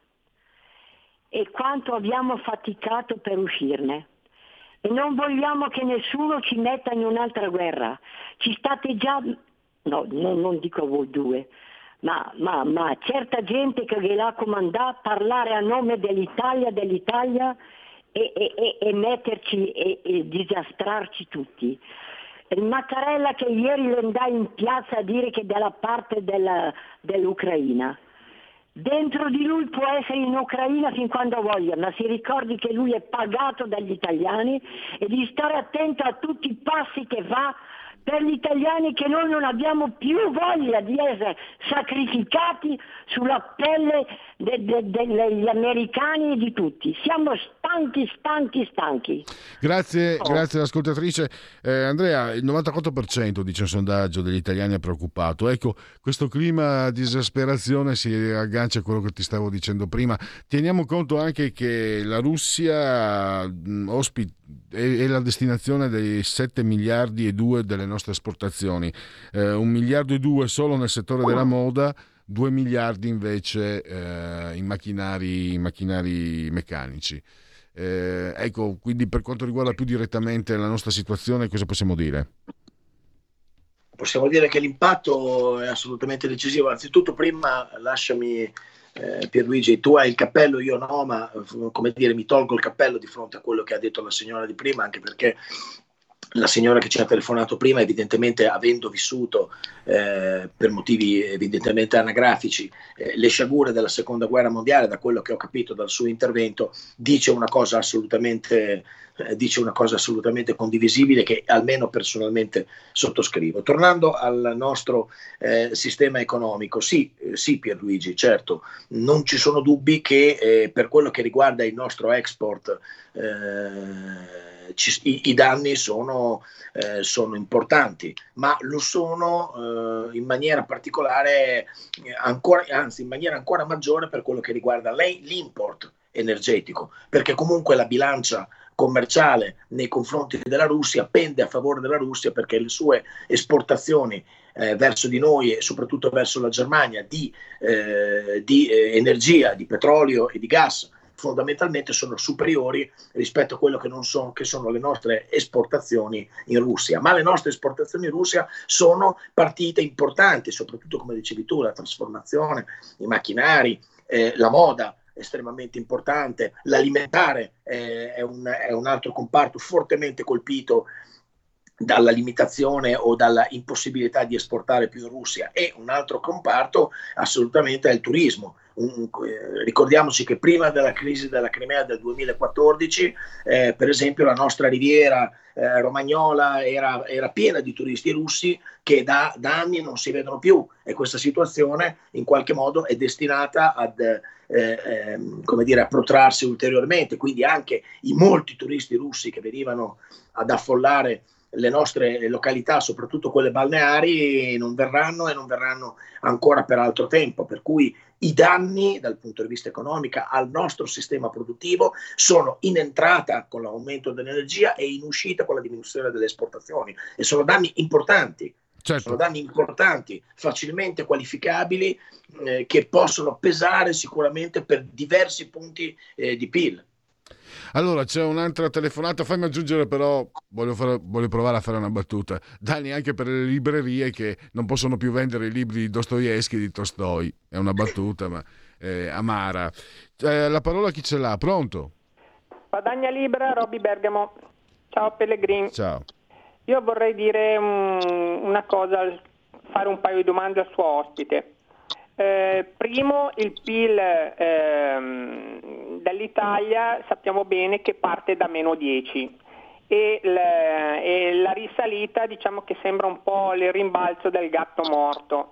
e quanto abbiamo faticato per uscirne, e non vogliamo che nessuno ci metta in un'altra guerra. Ci state già, no, no non dico voi due, ma, ma, ma certa gente che gliela comandà parlare a nome dell'Italia, dell'Italia e, e, e, e metterci e, e disastrarci tutti. Il Mattarella che ieri lo andai in piazza a dire che è dalla parte della, dell'Ucraina. Dentro di lui può essere in Ucraina fin quando voglia, ma si ricordi che lui è pagato dagli italiani e di stare attento a tutti i passi che fa per gli italiani, che noi non abbiamo più voglia di essere sacrificati sulla pelle de, de, de, degli americani e di tutti. Siamo stanchi, stanchi, stanchi. Grazie, oh. grazie all'ascoltatrice. Eh, Andrea, il novantaquattro per cento dice un sondaggio degli italiani è preoccupato. Ecco, questo clima di esasperazione si aggancia a quello che ti stavo dicendo prima. Teniamo conto anche che la Russia mh, ospita è, è la destinazione dei sette miliardi e due delle nostre esportazioni, eh, un miliardo e due solo nel settore della moda, due miliardi invece eh, in macchinari, in macchinari meccanici. Eh, ecco, quindi per quanto riguarda più direttamente la nostra situazione, cosa possiamo dire? Possiamo dire che l'impatto è assolutamente decisivo. Anzitutto, prima lasciami, eh, Pierluigi, tu hai il cappello, io no, ma come dire, mi tolgo il cappello di fronte a quello che ha detto la signora di prima, anche perché la signora che ci ha telefonato prima, evidentemente avendo vissuto eh, per motivi evidentemente anagrafici eh, le sciagure della seconda guerra mondiale, da quello che ho capito dal suo intervento, dice una cosa assolutamente eh, dice una cosa assolutamente condivisibile, che almeno personalmente sottoscrivo. Tornando al nostro eh, sistema economico, sì, eh, sì Pierluigi, certo, non ci sono dubbi che eh, per quello che riguarda il nostro export eh, Ci, i, i danni sono, eh, sono importanti, ma lo sono eh, in maniera particolare, eh, ancora, anzi in maniera ancora maggiore per quello che riguarda lei, l'import energetico, perché comunque la bilancia commerciale nei confronti della Russia pende a favore della Russia, perché le sue esportazioni eh, verso di noi e soprattutto verso la Germania di, eh, di eh, energia, di petrolio e di gas fondamentalmente sono superiori rispetto a quello che non sono, che sono le nostre esportazioni in Russia. Ma le nostre esportazioni in Russia sono partite importanti, soprattutto come dicevi tu, la trasformazione, i macchinari, eh, la moda estremamente importante, l'alimentare eh, è, un, è un altro comparto fortemente colpito dalla limitazione o dalla impossibilità di esportare più in Russia, e un altro comparto assolutamente è il turismo. Un, eh, ricordiamoci che prima della crisi della Crimea del duemilaquattordici eh, per esempio la nostra riviera eh, romagnola era, era piena di turisti russi che da, da anni non si vedono più, e questa situazione in qualche modo è destinata ad eh, eh, come dire, a protrarsi ulteriormente, quindi anche i molti turisti russi che venivano ad affollare le nostre località, soprattutto quelle balneari, non verranno e non verranno ancora per altro tempo, per cui i danni dal punto di vista economico al nostro sistema produttivo sono in entrata con l'aumento dell'energia e in uscita con la diminuzione delle esportazioni, e sono danni importanti. Certo. Sono danni importanti, facilmente qualificabili, eh, che possono pesare sicuramente per diversi punti eh, di P I L. Allora c'è un'altra telefonata, fammi aggiungere però, voglio, fare, voglio provare a fare una battuta. Danni anche per le librerie che non possono più vendere i libri di Dostoevskij e di Tolstoi, è una battuta ma eh, amara. Eh, la parola chi ce l'ha? Pronto? Padania Libera, Robby Bergamo. Ciao Pellegrin. Ciao. Io vorrei dire um, una cosa, fare un paio di domande al suo ospite. Eh, primo, il P I L ehm, dell'Italia sappiamo bene che parte da meno dieci e, le, e la risalita diciamo che sembra un po' il rimbalzo del gatto morto.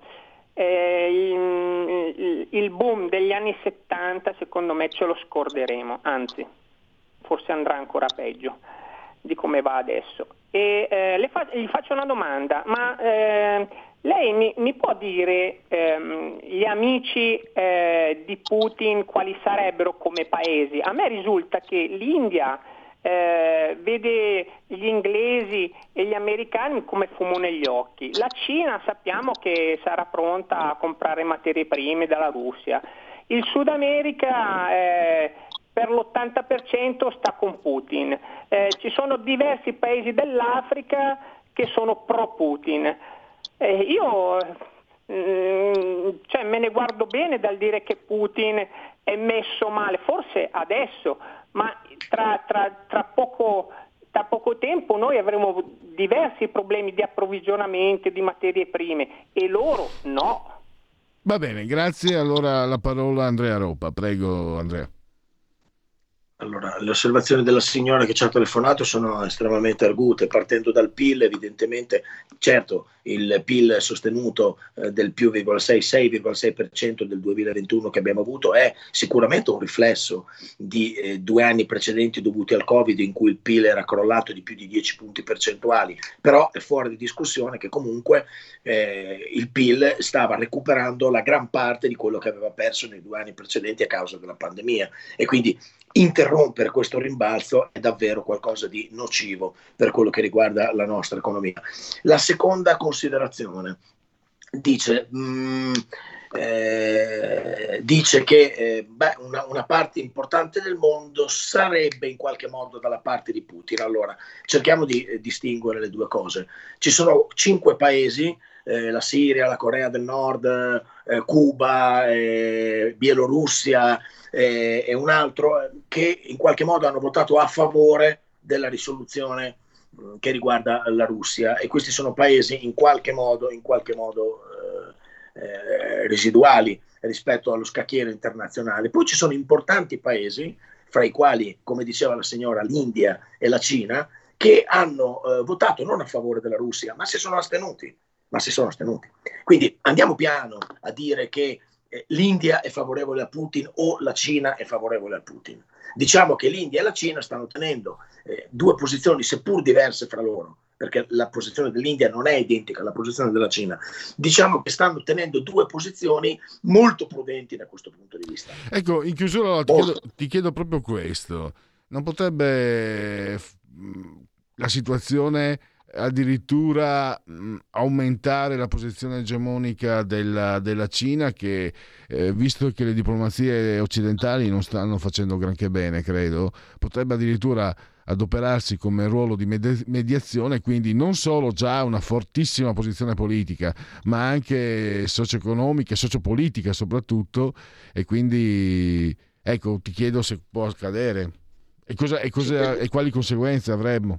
Eh, il, il boom degli anni settanta secondo me ce lo scorderemo, anzi forse andrà ancora peggio di come va adesso. E eh, le fa, gli faccio una domanda, ma eh, lei mi, mi può dire ehm, gli amici eh, di Putin quali sarebbero come paesi? A me risulta che l'India eh, vede gli inglesi e gli americani come fumo negli occhi. La Cina sappiamo che sarà pronta a comprare materie prime dalla Russia. Il Sud America eh, per l'ottanta per cento sta con Putin. Eh, ci sono diversi paesi dell'Africa che sono pro Putin. Eh, io eh, cioè me ne guardo bene dal dire che Putin è messo male, forse adesso, ma tra, tra, tra, poco, tra poco tempo noi avremo diversi problemi di approvvigionamento di materie prime e loro no. Va bene, grazie. Allora la parola a Andrea Ropa. Prego Andrea. Allora, le osservazioni della signora che ci ha telefonato sono estremamente argute, partendo dal P I L. Evidentemente, certo, il P I L sostenuto eh, del più sei virgola sei per cento del duemilaventuno che abbiamo avuto è sicuramente un riflesso di eh, due anni precedenti dovuti al Covid, in cui il P I L era crollato di più di dieci punti percentuali, però è fuori di discussione che comunque eh, il P I L stava recuperando la gran parte di quello che aveva perso nei due anni precedenti a causa della pandemia, e quindi interrompere questo rimbalzo è davvero qualcosa di nocivo per quello che riguarda la nostra economia. La seconda considerazione dice, mh, eh, dice che eh, beh, una, una parte importante del mondo sarebbe in qualche modo dalla parte di Putin. Allora, cerchiamo di eh, distinguere le due cose. Ci sono cinque paesi, eh, la Siria, la Corea del Nord, eh, Cuba, eh, Bielorussia eh, e un altro, che in qualche modo hanno votato a favore della risoluzione che riguarda la Russia, e questi sono paesi in qualche modo, in qualche modo eh, eh, residuali rispetto allo scacchiere internazionale. Poi ci sono importanti paesi, fra i quali, come diceva la signora, l'India e la Cina, che hanno eh, votato non a favore della Russia, ma si sono astenuti, ma si sono astenuti. Quindi andiamo piano a dire che eh, l'India è favorevole a Putin o la Cina è favorevole a Putin. Diciamo che l'India e la Cina stanno tenendo eh, due posizioni seppur diverse fra loro, perché la posizione dell'India non è identica alla posizione della Cina. Diciamo che stanno tenendo due posizioni molto prudenti da questo punto di vista. Ecco, in chiusura ti chiedo, ti chiedo proprio questo. Non potrebbe la situazione addirittura mh, aumentare la posizione egemonica della, della Cina, che eh, visto che le diplomazie occidentali non stanno facendo granché bene, credo, potrebbe addirittura adoperarsi come ruolo di med- mediazione, quindi non solo già una fortissima posizione politica, ma anche socio-economica e sociopolitica soprattutto, e quindi ecco, ti chiedo se può accadere e, cosa, e, cosa, e quali conseguenze avremmo.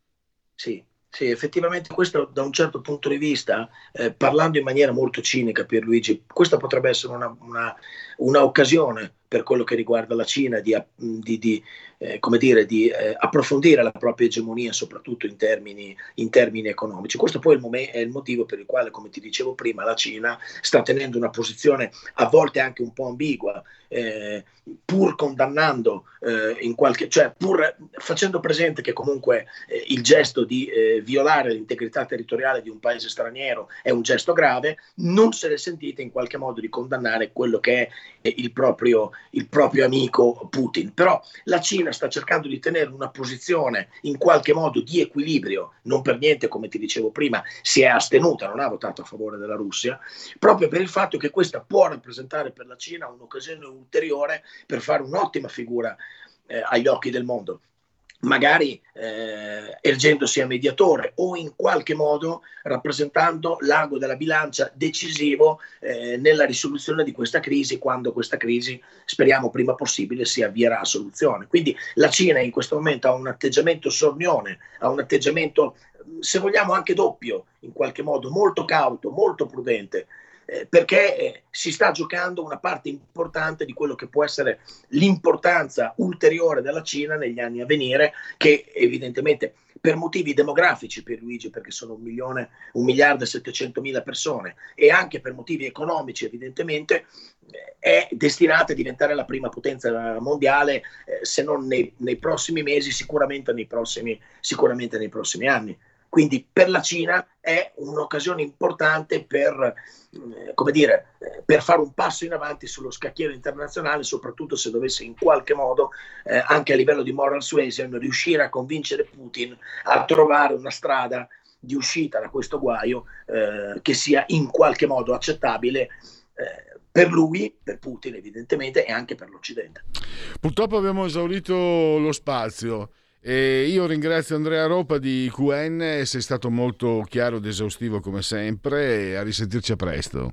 Sì. Sì, effettivamente questo da un certo punto di vista, eh, parlando in maniera molto cinica, Pierluigi, questa potrebbe essere una, una, una occasione per quello che riguarda la Cina di, di, di, eh, come dire, di eh, approfondire la propria egemonia, soprattutto in termini, in termini economici. Questo poi è il, mom- è il motivo per il quale, come ti dicevo prima, la Cina sta tenendo una posizione a volte anche un po' ambigua, eh, pur condannando, eh, in qualche, cioè pur facendo presente che comunque eh, il gesto di eh, violare l'integrità territoriale di un paese straniero è un gesto grave, non se ne sentite in qualche modo di condannare quello che è eh, il proprio il proprio amico Putin. Però la Cina sta cercando di tenere una posizione in qualche modo di equilibrio, non per niente, come ti dicevo prima, si è astenuta, non ha votato a favore della Russia, proprio per il fatto che questa può rappresentare per la Cina un'occasione ulteriore per fare un'ottima figura eh, agli occhi del mondo, magari eh, ergendosi a mediatore o in qualche modo rappresentando l'ago della bilancia decisivo eh, nella risoluzione di questa crisi, quando questa crisi, speriamo prima possibile, si avvierà a soluzione. Quindi la Cina in questo momento ha un atteggiamento sornione, ha un atteggiamento, se vogliamo, anche doppio, in qualche modo molto cauto, molto prudente, Eh, perché eh, si sta giocando una parte importante di quello che può essere l'importanza ulteriore della Cina negli anni a venire, che evidentemente per motivi demografici, Pierluigi, perché sono un milione, un miliardo e settecentomila persone, e anche per motivi economici evidentemente, eh, è destinata a diventare la prima potenza mondiale, eh, se non nei, nei prossimi mesi, sicuramente nei prossimi, sicuramente nei prossimi anni. Quindi per la Cina è un'occasione importante per, eh, come dire, eh, per fare un passo in avanti sullo scacchiere internazionale, soprattutto se dovesse in qualche modo, eh, anche a livello di moral suasion, riuscire a convincere Putin a trovare una strada di uscita da questo guaio eh, che sia in qualche modo accettabile eh, per lui, per Putin evidentemente, e anche per l'Occidente. Purtroppo abbiamo esaurito lo spazio. E io ringrazio Andrea Ropa di Q N, sei stato molto chiaro ed esaustivo come sempre, e a risentirci a presto.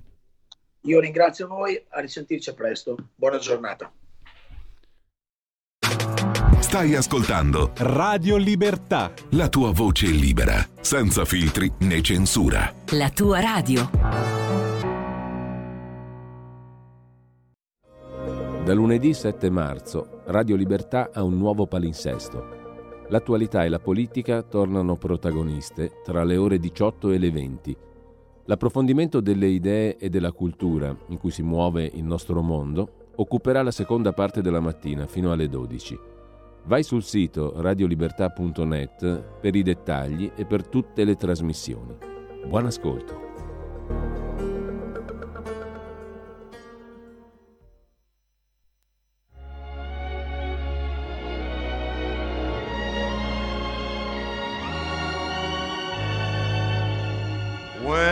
Io ringrazio voi, a risentirci a presto, buona giornata. Stai ascoltando Radio Libertà, la tua voce libera, senza filtri né censura. La tua radio. Da lunedì sette marzo, Radio Libertà ha un nuovo palinsesto. L'attualità e la politica tornano protagoniste tra le ore diciotto e le venti. L'approfondimento delle idee e della cultura in cui si muove il nostro mondo occuperà la seconda parte della mattina fino alle dodici. Vai sul sito radiolibertà punto net per i dettagli e per tutte le trasmissioni. Buon ascolto.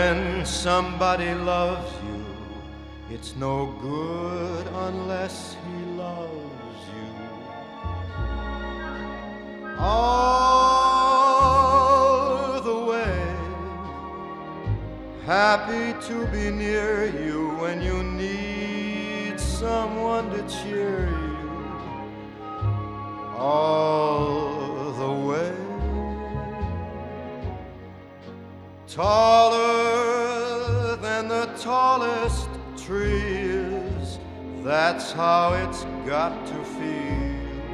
When somebody loves you, it's no good unless he loves you. All the way, happy to be near you when you need someone to cheer you. All the way, taller than the tallest tree is, that's how it's got to feel.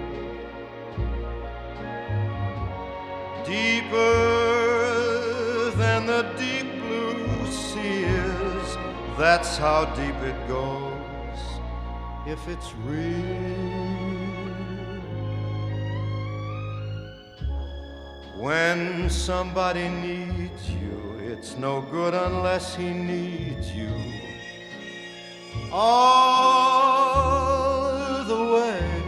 Deeper than the deep blue sea is, that's how deep it goes, if it's real. When somebody needs you, it's no good unless he needs you. All the way,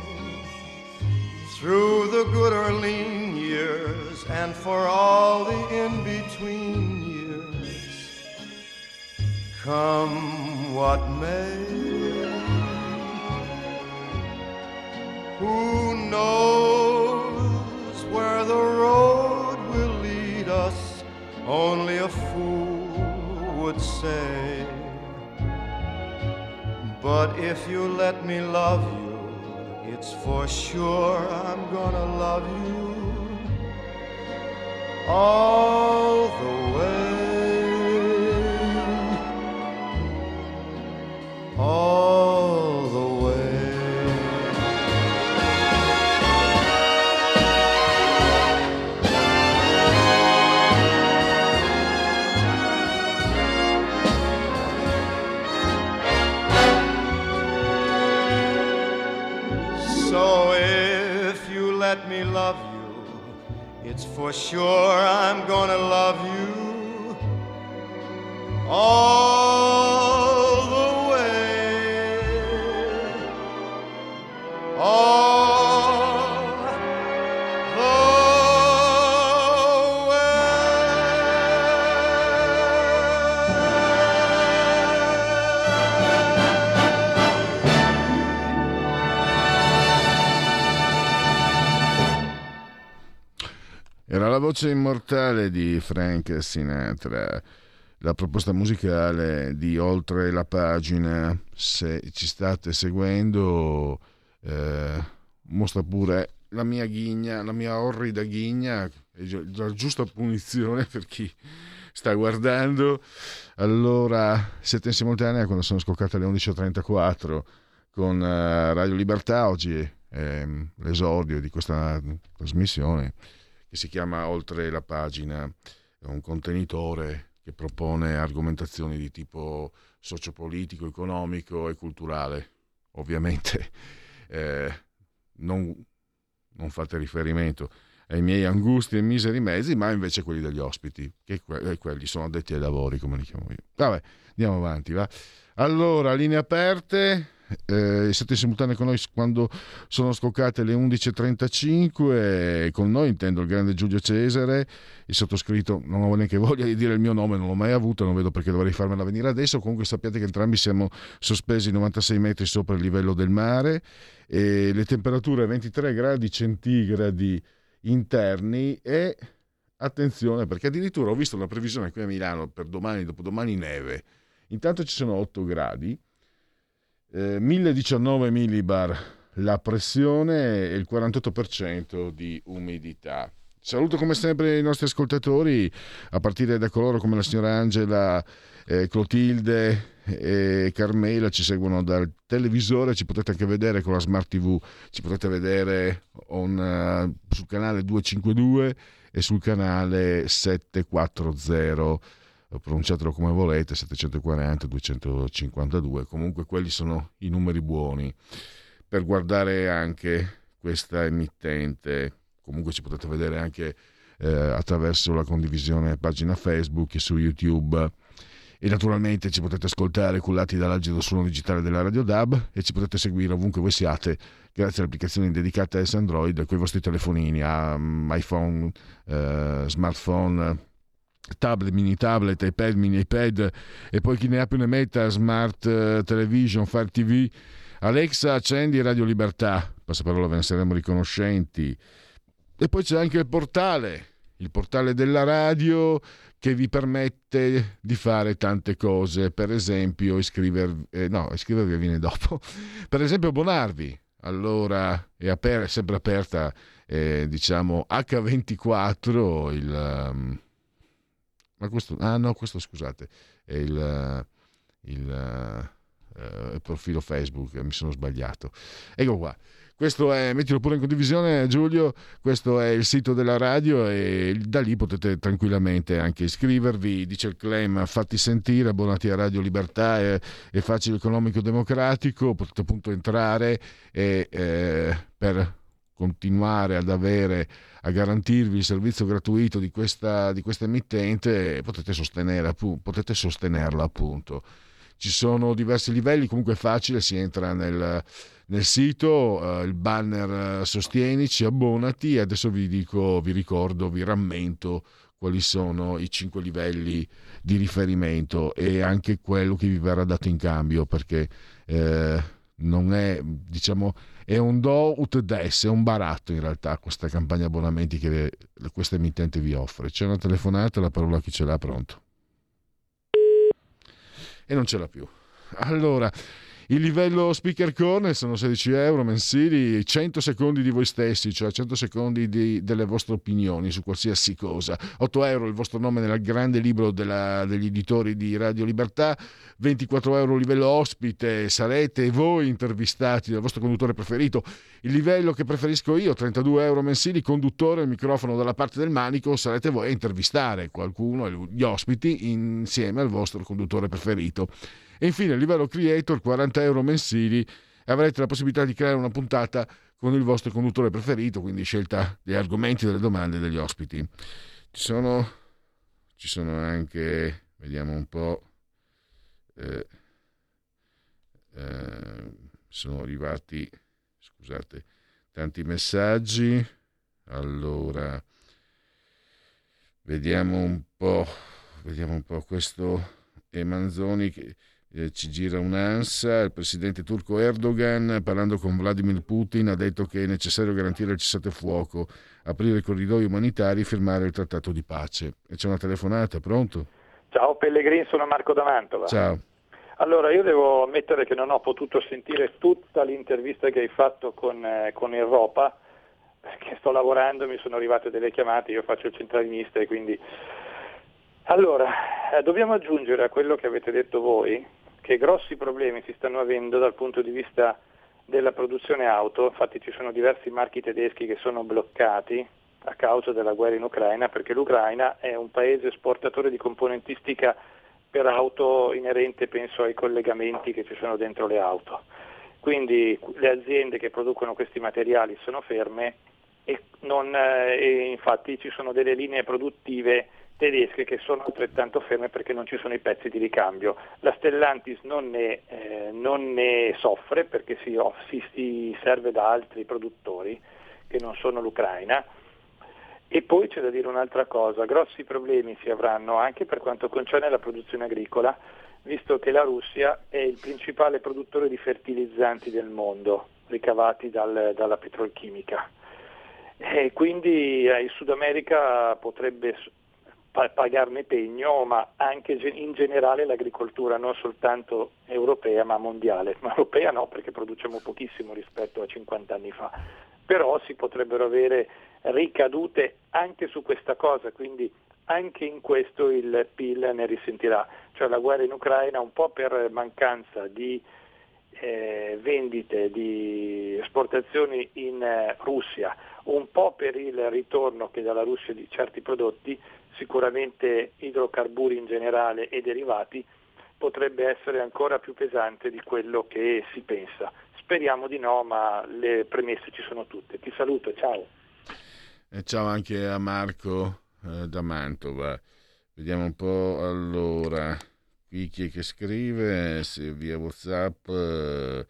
through the good or lean years, and for all the in-between years, come what may. Who knows where the road will lead us? Only a fool would say. But if you let me love you, it's for sure I'm gonna love you all the way, all the way. So if you let me love you, it's for sure I'm gonna love you all the way, all the Era la voce immortale di Frank Sinatra, la proposta musicale di Oltre la pagina. Se ci state seguendo, eh, mostra pure la mia ghigna, la mia orrida ghigna, la giusta punizione per chi sta guardando. Allora, siete in simultanea quando sono scoccate le undici e trentaquattro con uh, Radio Libertà. Oggi è eh, l'esordio di questa trasmissione che si chiama Oltre la pagina, è un contenitore che propone argomentazioni di tipo sociopolitico, economico e culturale. Ovviamente eh, non, non fate riferimento ai miei angusti e miseri mezzi, ma invece quelli degli ospiti, che que- quelli sono addetti ai lavori, come li chiamo io. Vabbè, andiamo avanti, va. Allora, linee aperte. Eh, siete in simultanea con noi quando sono scoccate le undici e trentacinque, e con noi intendo il grande Giulio Cesare, il sottoscritto. Non ho neanche voglia di dire il mio nome, non l'ho mai avuto, non vedo perché dovrei farmela venire adesso. Comunque sappiate che entrambi siamo sospesi novantasei metri sopra il livello del mare e le temperature ventitré gradi centigradi interni. E attenzione, perché addirittura ho visto una previsione qui a Milano per domani, dopodomani neve. Intanto ci sono otto gradi, Eh, mille diciannove millibar la pressione e il quarantotto per cento di umidità. Saluto come sempre i nostri ascoltatori, a partire da coloro come la signora Angela, eh, Clotilde e Carmela. Ci seguono dal televisore, ci potete anche vedere con la Smart tivù, ci potete vedere on, uh, sul canale duecentocinquantadue e sul canale settecentoquaranta, pronunciatelo come volete, settecentoquaranta, duecentocinquantadue. Comunque quelli sono i numeri buoni per guardare anche questa emittente. Comunque ci potete vedere anche eh, attraverso la condivisione pagina Facebook e su YouTube, e naturalmente ci potete ascoltare cullati dall'algido suono digitale della Radio D A B, e ci potete seguire ovunque voi siate grazie alle applicazioni dedicate a Android con i vostri telefonini, a um, iPhone, eh, smartphone tablet, mini tablet, iPad, mini iPad, e poi chi ne ha più ne metta, smart uh, television, Fire T V. Alexa, accendi Radio Libertà, passaparola, ve ne saremo riconoscenti. E poi c'è anche il portale, il portale della radio, che vi permette di fare tante cose, per esempio iscrivervi, eh, no, iscrivervi viene dopo, per esempio abbonarvi. Allora è aper- sempre aperta, eh, diciamo, acca ventiquattro, il um, ma questo, ah no, questo scusate, è il, il, uh, il profilo Facebook, mi sono sbagliato. Ecco qua. Questo è, mettilo pure in condivisione Giulio, questo è il sito della radio e da lì potete tranquillamente anche iscrivervi, dice il claim, fatti sentire, abbonati a Radio Libertà e, e Facile Economico Democratico, potete appunto entrare e eh, per continuare ad avere, a garantirvi il servizio gratuito di questa, di questa emittente, potete sostenere, potete sostenerla appunto. Ci sono diversi livelli, comunque è facile, si entra nel, nel sito, uh, il banner uh, sostienici, abbonati, e adesso vi dico, vi ricordo, vi rammento quali sono i cinque livelli di riferimento e anche quello che vi verrà dato in cambio, perché eh, non è, diciamo, è un do ut des, è un baratto in realtà questa campagna abbonamenti che questa emittente vi offre. C'è una telefonata, la parola a chi ce l'ha, pronto? E non ce l'ha più. Allora, il livello speaker corner sono sedici euro mensili, cento secondi di voi stessi, cioè cento secondi di, delle vostre opinioni su qualsiasi cosa. otto euro il vostro nome nel grande libro della, degli editori di Radio Libertà. ventiquattro euro livello ospite, sarete voi intervistati dal vostro conduttore preferito. Il livello che preferisco io, trentadue euro mensili, conduttore, il microfono dalla parte del manico, sarete voi a intervistare qualcuno, gli ospiti, insieme al vostro conduttore preferito. E infine il livello creator, quaranta euro mensili, avrete la possibilità di creare una puntata con il vostro conduttore preferito, quindi scelta degli argomenti, delle domande degli ospiti. Ci sono, ci sono anche, vediamo un po', eh, eh, sono arrivati, scusate, tanti messaggi. Allora, vediamo un po', vediamo un po' questo è Manzoni che Eh, ci gira un'ansa. Il presidente turco Erdogan, parlando con Vladimir Putin, ha detto che è necessario garantire il cessate fuoco, aprire corridoi umanitari e firmare il trattato di pace. E c'è una telefonata, pronto? Ciao Pellegrini, sono Marco da Mantova. Ciao. Allora, io devo ammettere che non ho potuto sentire tutta l'intervista che hai fatto con, eh, con Europa, perché sto lavorando, mi sono arrivate delle chiamate, io faccio il centralinista e quindi... Allora, eh, dobbiamo aggiungere a quello che avete detto voi che grossi problemi si stanno avendo dal punto di vista della produzione auto. Infatti ci sono diversi marchi tedeschi che sono bloccati a causa della guerra in Ucraina, perché l'Ucraina è un paese esportatore di componentistica per auto inerente, penso, ai collegamenti che ci sono dentro le auto. Quindi le aziende che producono questi materiali sono ferme e, non, eh, e infatti ci sono delle linee produttive tedesche che sono altrettanto ferme perché non ci sono i pezzi di ricambio. La Stellantis non ne, eh, non ne soffre perché si, si, si serve da altri produttori che non sono l'Ucraina. E poi c'è da dire un'altra cosa, grossi problemi si avranno anche per quanto concerne la produzione agricola, visto che la Russia è il principale produttore di fertilizzanti del mondo, ricavati dal, dalla petrolchimica. E quindi eh, il Sud America potrebbe pagarne pegno, ma anche in generale l'agricoltura, non soltanto europea ma mondiale, ma europea no, perché produciamo pochissimo rispetto a cinquanta anni fa, però si potrebbero avere ricadute anche su questa cosa, quindi anche in questo il P I L ne risentirà, cioè la guerra in Ucraina un po' per mancanza di eh, vendite, di esportazioni in eh, Russia, un po' per il ritorno che dalla Russia di certi prodotti, sicuramente idrocarburi in generale e derivati, potrebbe essere ancora più pesante di quello che si pensa. Speriamo di no, ma le premesse ci sono tutte. Ti saluto, ciao. E ciao anche a Marco eh, da Mantova. Vediamo un po', allora, qui chi è che scrive, se via WhatsApp... Eh...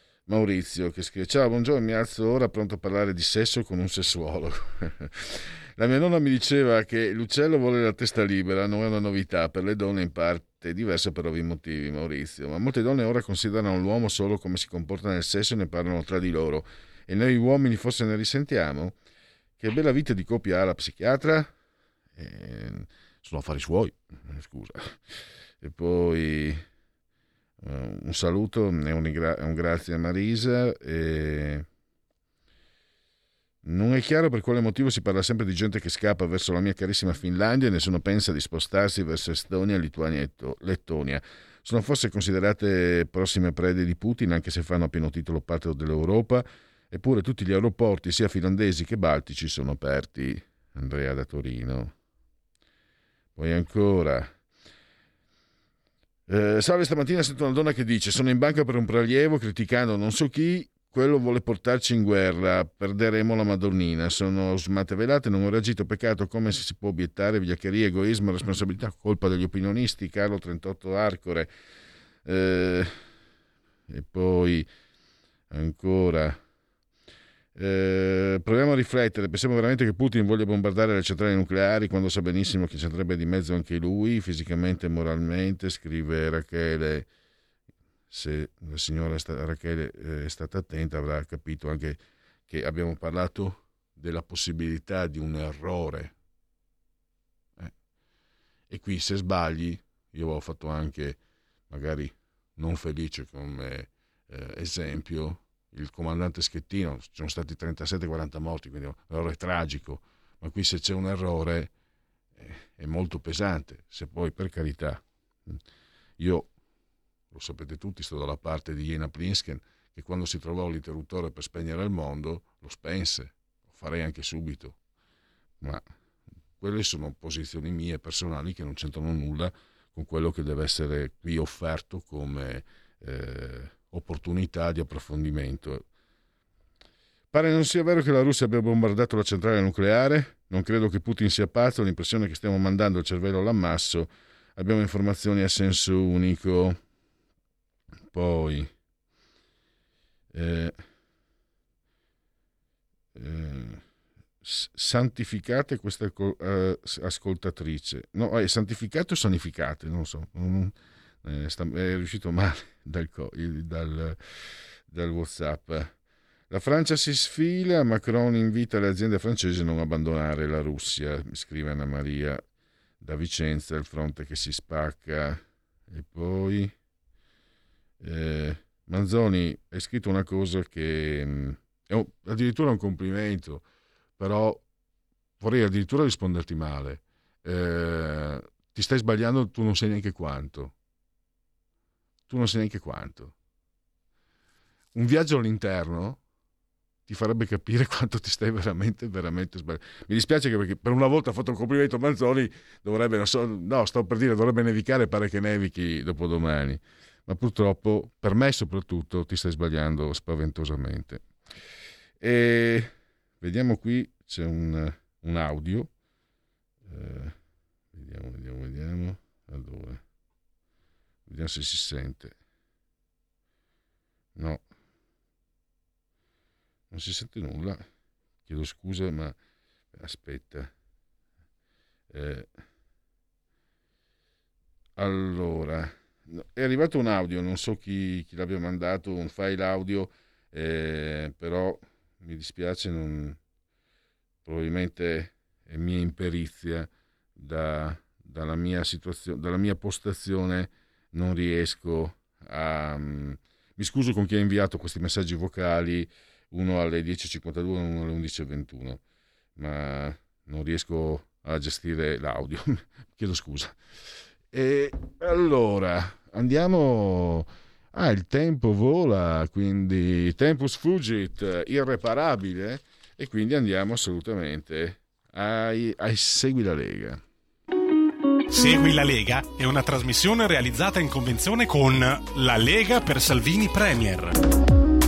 Maurizio che scrive: ciao, buongiorno, mi alzo ora pronto a parlare di sesso con un sessuologo. La mia nonna mi diceva che l'uccello vuole la testa libera, non è una novità, per le donne in parte diversa per ovvi motivi, Maurizio, ma molte donne ora considerano l'uomo solo come si comporta nel sesso e ne parlano tra di loro, e noi uomini forse ne risentiamo? Che bella vita di coppia ha la psichiatra? Eh, sono affari suoi, scusa. E poi uh, un saluto e un, un grazie a Marisa. E... non è chiaro per quale motivo si parla sempre di gente che scappa verso la mia carissima Finlandia e nessuno pensa di spostarsi verso Estonia, Lituania e Lettonia. Sono forse considerate prossime prede di Putin, anche se fanno a pieno titolo parte dell'Europa, eppure tutti gli aeroporti, sia finlandesi che baltici, sono aperti. Andrea da Torino. Poi ancora... Eh, salve, stamattina sento una donna che dice: sono in banca per un prelievo, criticando non so chi, quello vuole portarci in guerra, perderemo la Madonnina, sono smatte velate, non ho reagito, peccato, come si può obiettare, vigliaccheria, egoismo, responsabilità, colpa degli opinionisti. Carlo trentotto Arcore. Eh, e poi ancora eh, proviamo a riflettere, pensiamo veramente che Putin voglia bombardare le centrali nucleari quando sa benissimo che c'entrerebbe di mezzo anche lui, fisicamente e moralmente, scrive Rachele. Se la signora Rachele è stata attenta avrà capito anche che abbiamo parlato della possibilità di un errore, eh. E qui se sbagli, io avevo fatto anche magari non felice come eh, esempio il comandante Schettino, ci sono stati trentasette quaranta morti, quindi un errore tragico, ma qui se c'è un errore eh, è molto pesante. Se poi, per carità, io lo sapete tutti, sto dalla parte di Jena Plinsken, che quando si trovò l'interruttore per spegnere il mondo lo spense, lo farei anche subito, ma quelle sono posizioni mie personali che non c'entrano nulla con quello che deve essere qui offerto come eh, opportunità di approfondimento. Pare non sia vero che la Russia abbia bombardato la centrale nucleare, non credo che Putin sia pazzo, ho l'impressione che stiamo mandando il cervello all'ammasso, abbiamo informazioni a senso unico. Poi eh, eh, santificate questa uh, ascoltatrice, no, è santificato o sanificate, non lo so, non, eh, sta, è riuscito male dal, dal, dal WhatsApp. La Francia si sfila, Macron invita le aziende francesi a non abbandonare la Russia, scrive Anna Maria da Vicenza, il fronte che si spacca. E poi eh, Manzoni hai scritto una cosa che mh, è un, addirittura un complimento, però vorrei addirittura risponderti male. Eh, ti stai sbagliando, tu non sai neanche quanto. Tu non sai neanche quanto. Un viaggio all'interno ti farebbe capire quanto ti stai veramente, veramente sbagliando. Mi dispiace che perché per una volta ha fatto un complimento a Manzoni, dovrebbe, non so, no, sto per dire, dovrebbe nevicare, pare che nevichi dopodomani. Ma purtroppo, per me soprattutto, ti stai sbagliando spaventosamente. E vediamo qui, c'è un, un audio. Eh, vediamo, vediamo, vediamo. Allora, vediamo se si sente. No. Non si sente nulla, chiedo scusa, ma aspetta. Eh, allora, è arrivato un audio, non so chi, chi l'abbia mandato, un file audio, eh, però mi dispiace, non, probabilmente è mia imperizia, da, dalla mia situazione, dalla mia postazione non riesco a... Um, mi scuso con chi ha inviato questi messaggi vocali, uno alle dieci e cinquantadue e uno alle undici e ventuno, ma non riesco a gestire l'audio, chiedo scusa. E allora andiamo, ah, il tempo vola, quindi tempus fugit, irreparabile, e quindi andiamo assolutamente ai, ai Segui la Lega. Segui la Lega è una trasmissione realizzata in convenzione con La Lega per Salvini Premier.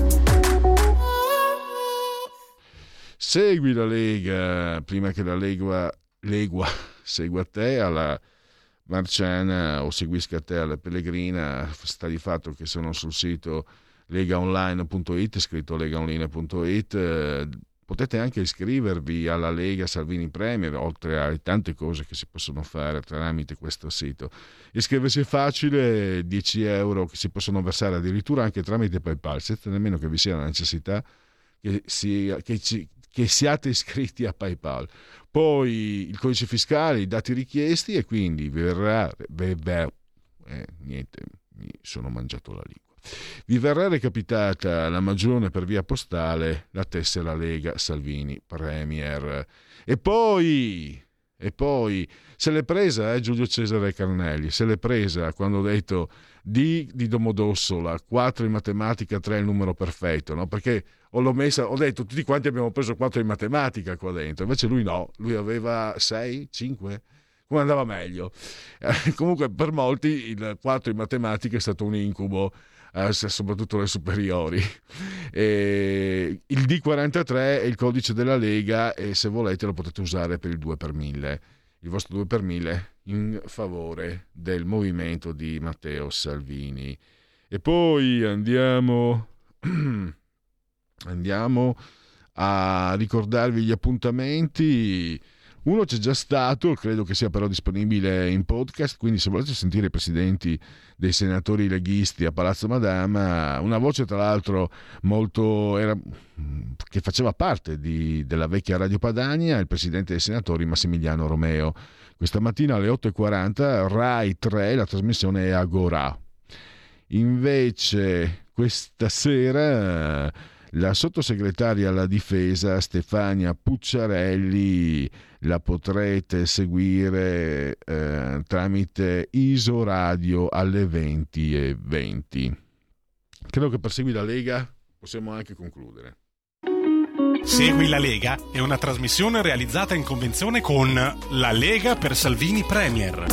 Segui la Lega, prima che la Legua, legua segua te alla Marciana o seguisca te alla Pellegrina, sta di fatto che sono sul sito legaonline punto it, scritto legaonline punto it, potete anche iscrivervi alla Lega Salvini Premier, oltre alle tante cose che si possono fare tramite questo sito. Iscriversi è facile, dieci euro che si possono versare addirittura anche tramite PayPal, senza nemmeno che vi sia la necessità che, si, che, ci, che siate iscritti a PayPal. Poi il codice fiscale, i dati richiesti, e quindi vi verrà... Beh, beh, eh, niente, mi sono mangiato la lingua. Vi verrà recapitata la magione per via postale la tessera Lega Salvini Premier. E poi, e poi se l'è presa eh, Giulio Cesare Carnelli, se l'è presa quando ho detto D di Domodossola, quattro in matematica, tre il numero perfetto, no? Perché ho, l'ho, messa, ho detto tutti quanti abbiamo preso quattro in matematica qua dentro, invece lui no, lui aveva sei, cinque, come andava meglio. Eh, comunque per molti il quattro in matematica è stato un incubo, Eh, soprattutto le superiori. E il D quarantatré è il codice della Lega e se volete lo potete usare per il due per mille, il vostro due per mille in favore del movimento di Matteo Salvini. E poi andiamo andiamo a ricordarvi gli appuntamenti. Uno c'è già stato, credo che sia però disponibile in podcast, quindi se volete sentire i presidenti dei senatori leghisti a Palazzo Madama, una voce tra l'altro molto era, che faceva parte di, della vecchia Radio Padania, il presidente dei senatori Massimiliano Romeo. Questa mattina alle otto e quaranta Rai tre, la trasmissione è Agorà. Invece questa sera la sottosegretaria alla difesa Stefania Pucciarelli la potrete seguire eh, tramite Isoradio alle venti e venti. Credo che per Segui la Lega possiamo anche concludere. Segui la Lega è una trasmissione realizzata in convenzione con la Lega per Salvini Premier.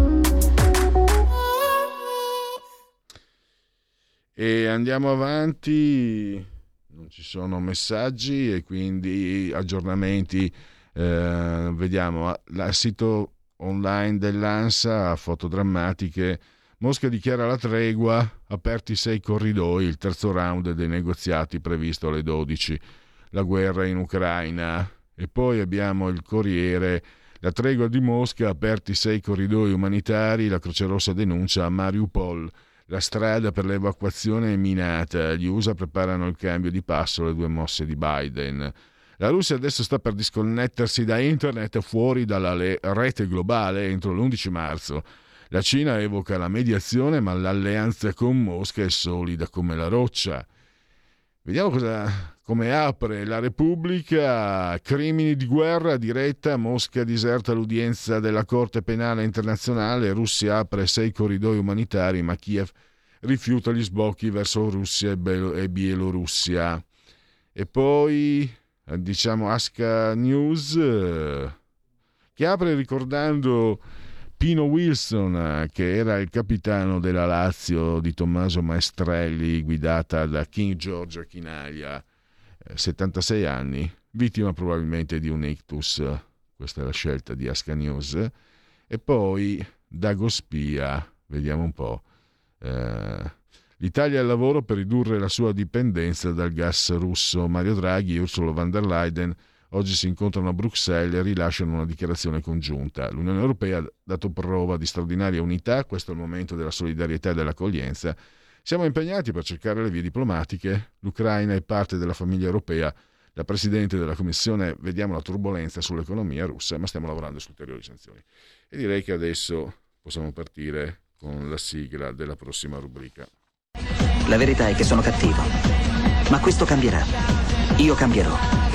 E andiamo avanti, non ci sono messaggi e quindi aggiornamenti. Eh, vediamo al sito online dell'ANSA, foto drammatiche. Mosca dichiara la tregua, aperti sei corridoi, il terzo round dei negoziati previsto alle dodici, la guerra in Ucraina. E poi abbiamo il Corriere, la tregua di Mosca, aperti sei corridoi umanitari, la Croce Rossa denuncia a Mariupol, la strada per l'evacuazione è minata, gli U S A preparano il cambio di passo, le due mosse di Biden. La Russia adesso sta per disconnettersi da internet fuori dalla le- rete globale entro l'undici marzo. La Cina evoca la mediazione, ma l'alleanza con Mosca è solida come la roccia. Vediamo cosa, come apre la Repubblica. Crimini di guerra, diretta, Mosca diserta l'udienza della Corte Penale Internazionale, Russia apre sei corridoi umanitari, ma Kiev rifiuta gli sbocchi verso Russia e Bielorussia. E poi diciamo Asca News, che apre ricordando Pino Wilson, che era il capitano della Lazio di Tommaso Maestrelli, guidata da King Giorgio Chinaglia, settantasei anni, vittima probabilmente di un ictus. Questa è la scelta di Asca News. E poi Dago Spia, vediamo un po'. Eh, L'Italia al lavoro per ridurre la sua dipendenza dal gas russo. Mario Draghi e Ursula von der Leyen oggi si incontrano a Bruxelles e rilasciano una dichiarazione congiunta. L'Unione Europea ha dato prova di straordinaria unità, questo è il momento della solidarietà e dell'accoglienza. Siamo impegnati per cercare le vie diplomatiche. L'Ucraina è parte della famiglia europea. La Presidente della Commissione, vediamo la turbolenza sull'economia russa, ma stiamo lavorando su ulteriori sanzioni. E direi che adesso possiamo partire con la sigla della prossima rubrica. La verità è che sono cattivo, ma questo cambierà. Io cambierò.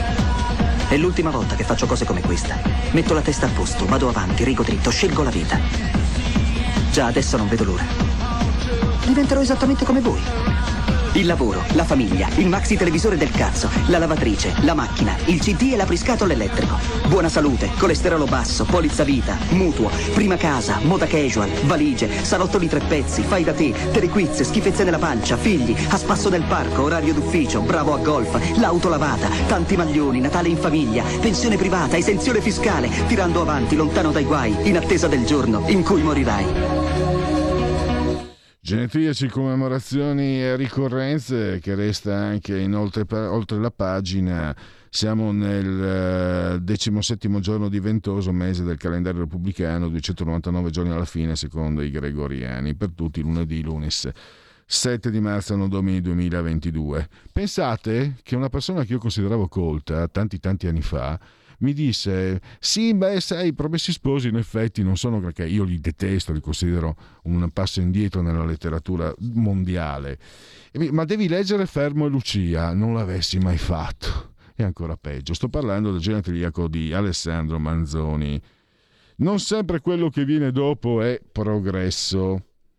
È l'ultima volta che faccio cose come questa. Metto la testa a posto, vado avanti, rigo dritto, scelgo la vita. Già adesso non vedo l'ora. Diventerò esattamente come voi. Il lavoro, la famiglia, il maxi televisore del cazzo, la lavatrice, la macchina, il C D e l'apriscatole elettrico. Buona salute, colesterolo basso, polizza vita, mutuo, prima casa, moda casual, valigie, salotto di tre pezzi, fai da te, telequiz, schifezze nella pancia, figli, a spasso nel parco, orario d'ufficio, bravo a golf, l'auto lavata, tanti maglioni, Natale in famiglia, pensione privata, esenzione fiscale, tirando avanti, lontano dai guai, in attesa del giorno in cui morirai. Genetriaci, commemorazioni e ricorrenze, che resta anche in oltre, oltre la pagina. Siamo nel decimosettimo giorno di ventoso mese del calendario repubblicano, duecentonovantanove giorni alla fine secondo i gregoriani, per tutti lunedì, lunes sette di marzo anno domini duemilaventidue. Pensate che una persona che io consideravo colta tanti tanti anni fa mi disse: sì, beh, sai, i Promessi Sposi in effetti non sono, perché io li detesto, li considero un passo indietro nella letteratura mondiale, ma devi leggere Fermo e Lucia. Non l'avessi mai fatto. E ancora peggio, sto parlando del genetriaco di Alessandro Manzoni. Non sempre quello che viene dopo è progresso.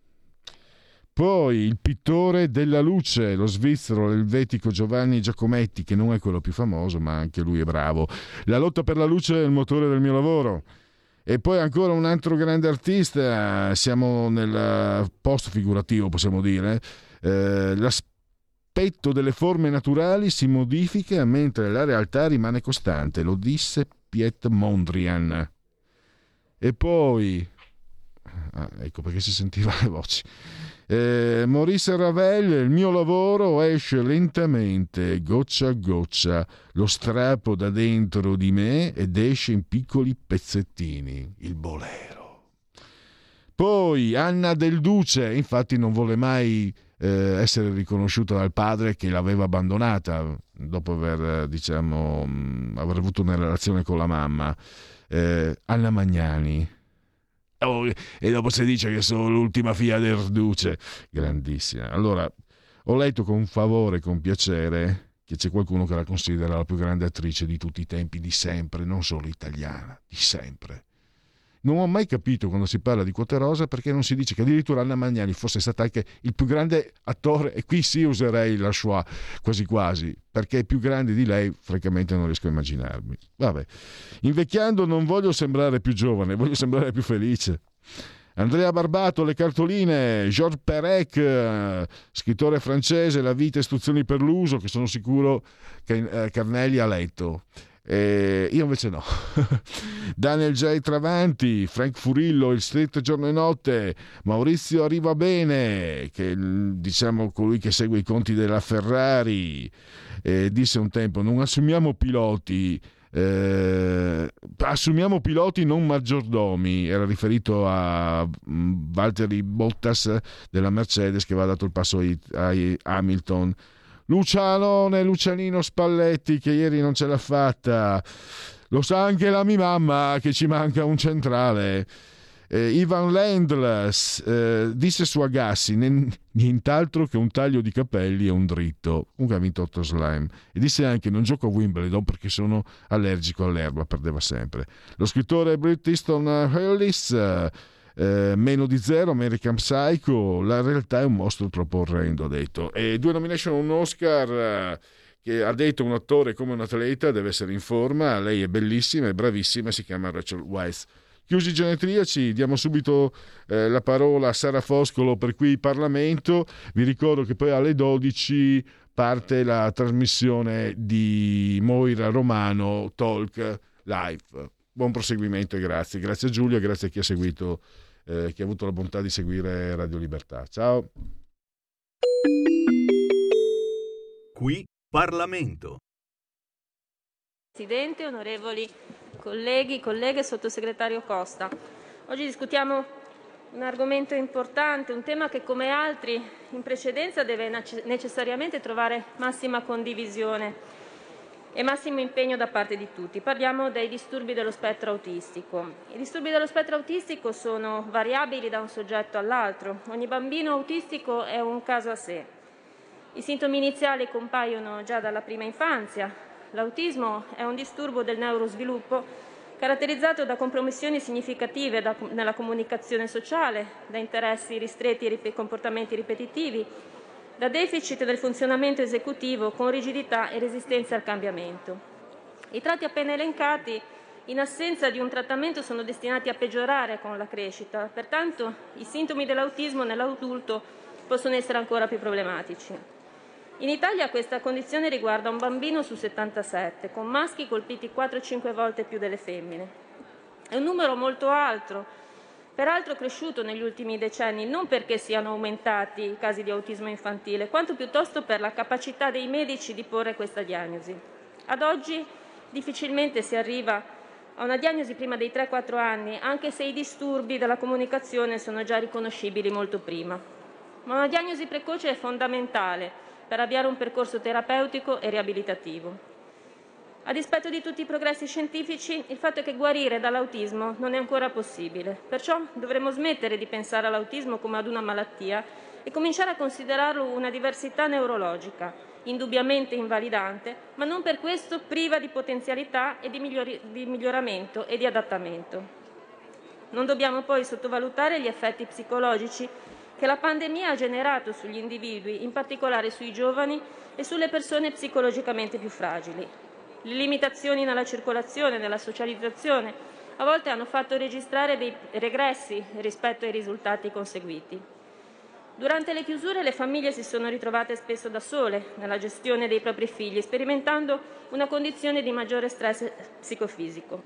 Poi il pittore della luce, lo svizzero elvetico Giovanni Giacometti, che non è quello più famoso, ma anche lui è bravo. La lotta per la luce è il motore del mio lavoro. E poi ancora un altro grande artista, siamo nel post figurativo, possiamo dire. Eh, l'aspetto delle forme naturali si modifica mentre la realtà rimane costante, lo disse Piet Mondrian. E poi, ah, ecco perché si sentiva le voci. Eh, Maurice Ravel, il mio lavoro esce lentamente, goccia a goccia, lo strappo da dentro di me ed esce in piccoli pezzettini, il bolero. Poi Anna del Duce, infatti non vuole mai eh, essere riconosciuta dal padre che l'aveva abbandonata dopo aver, diciamo, aver avuto una relazione con la mamma. eh, Anna Magnani. Oh, e dopo si dice che sono l'ultima figlia del Duce, grandissima. Allora, ho letto con favore, con piacere, che c'è qualcuno che la considera la più grande attrice di tutti i tempi, di sempre, non solo italiana, di sempre. Non ho mai capito quando si parla di Quote Rosa perché non si dice che addirittura Anna Magnani fosse stata anche il più grande attore, e qui sì userei la Shoah quasi quasi, perché più grande di lei francamente non riesco a immaginarmi. Vabbè, invecchiando non voglio sembrare più giovane, voglio sembrare più felice. Andrea Barbato, Le cartoline, Georges Perec, scrittore francese, La vita, istruzioni per l'uso, che sono sicuro che Carnelli ha letto. Eh, io invece no. Daniel J. Travanti, Frank Furillo, Il stretto giorno e notte, Maurizio Arrivabene, che diciamo colui che segue i conti della Ferrari, eh, disse un tempo: non assumiamo piloti, eh, assumiamo piloti non maggiordomi. Era riferito a Valtteri Bottas della Mercedes, che aveva dato il passo a Hamilton. Lucianone, Lucianino Spalletti, che ieri non ce l'ha fatta, lo sa anche la mia mamma che ci manca un centrale. eh, Ivan Lendl eh, disse su Agassi: nient'altro che un taglio di capelli e un dritto. Comunque ha vinto otto slam. E disse anche: non gioco a Wimbledon perché sono allergico all'erba, perdeva sempre. Lo scrittore Bret Easton Ellis, Eh, meno di zero, American Psycho, la realtà è un mostro troppo orrendo, ha detto. E due nomination, un Oscar, eh, che ha detto: un attore come un atleta deve essere in forma, lei è bellissima, è bravissima, si chiama Rachel Weisz. Chiusi i genetriaci, diamo subito eh, la parola a Sara Foscolo per qui Parlamento. Vi ricordo che poi alle dodici parte la trasmissione di Moira Romano, Talk Live. Buon proseguimento e grazie. Grazie a Giulia, grazie a chi ha seguito, eh, chi ha avuto la bontà di seguire Radio Libertà. Ciao. Qui Parlamento. Presidente, onorevoli colleghi, colleghe, sottosegretario Costa. Oggi discutiamo un argomento importante, un tema che come altri in precedenza deve necessariamente trovare massima condivisione e massimo impegno da parte di tutti. Parliamo dei disturbi dello spettro autistico. I disturbi dello spettro autistico sono variabili da un soggetto all'altro. Ogni bambino autistico è un caso a sé. I sintomi iniziali compaiono già dalla prima infanzia. L'autismo è un disturbo del neurosviluppo caratterizzato da compromissioni significative da, nella comunicazione sociale, da interessi ristretti e comportamenti ripetitivi, da deficit del funzionamento esecutivo con rigidità e resistenza al cambiamento. I tratti appena elencati, in assenza di un trattamento, sono destinati a peggiorare con la crescita, pertanto i sintomi dell'autismo nell'adulto possono essere ancora più problematici. In Italia questa condizione riguarda un bambino su settantasette, con maschi colpiti quattro cinque volte più delle femmine. È un numero molto alto peraltro cresciuto negli ultimi decenni non perché siano aumentati i casi di autismo infantile, quanto piuttosto per la capacità dei medici di porre questa diagnosi. Ad oggi difficilmente si arriva a una diagnosi prima dei tre quattro anni, anche se i disturbi della comunicazione sono già riconoscibili molto prima. Ma una diagnosi precoce è fondamentale per avviare un percorso terapeutico e riabilitativo. A dispetto di tutti i progressi scientifici, il fatto è che guarire dall'autismo non è ancora possibile. Perciò dovremmo smettere di pensare all'autismo come ad una malattia e cominciare a considerarlo una diversità neurologica, indubbiamente invalidante, ma non per questo priva di potenzialità e di, migliori- di miglioramento e di adattamento. Non dobbiamo poi sottovalutare gli effetti psicologici che la pandemia ha generato sugli individui, in particolare sui giovani e sulle persone psicologicamente più fragili. Le limitazioni nella circolazione, nella socializzazione, a volte hanno fatto registrare dei regressi rispetto ai risultati conseguiti. Durante le chiusure le famiglie si sono ritrovate spesso da sole nella gestione dei propri figli, sperimentando una condizione di maggiore stress psicofisico.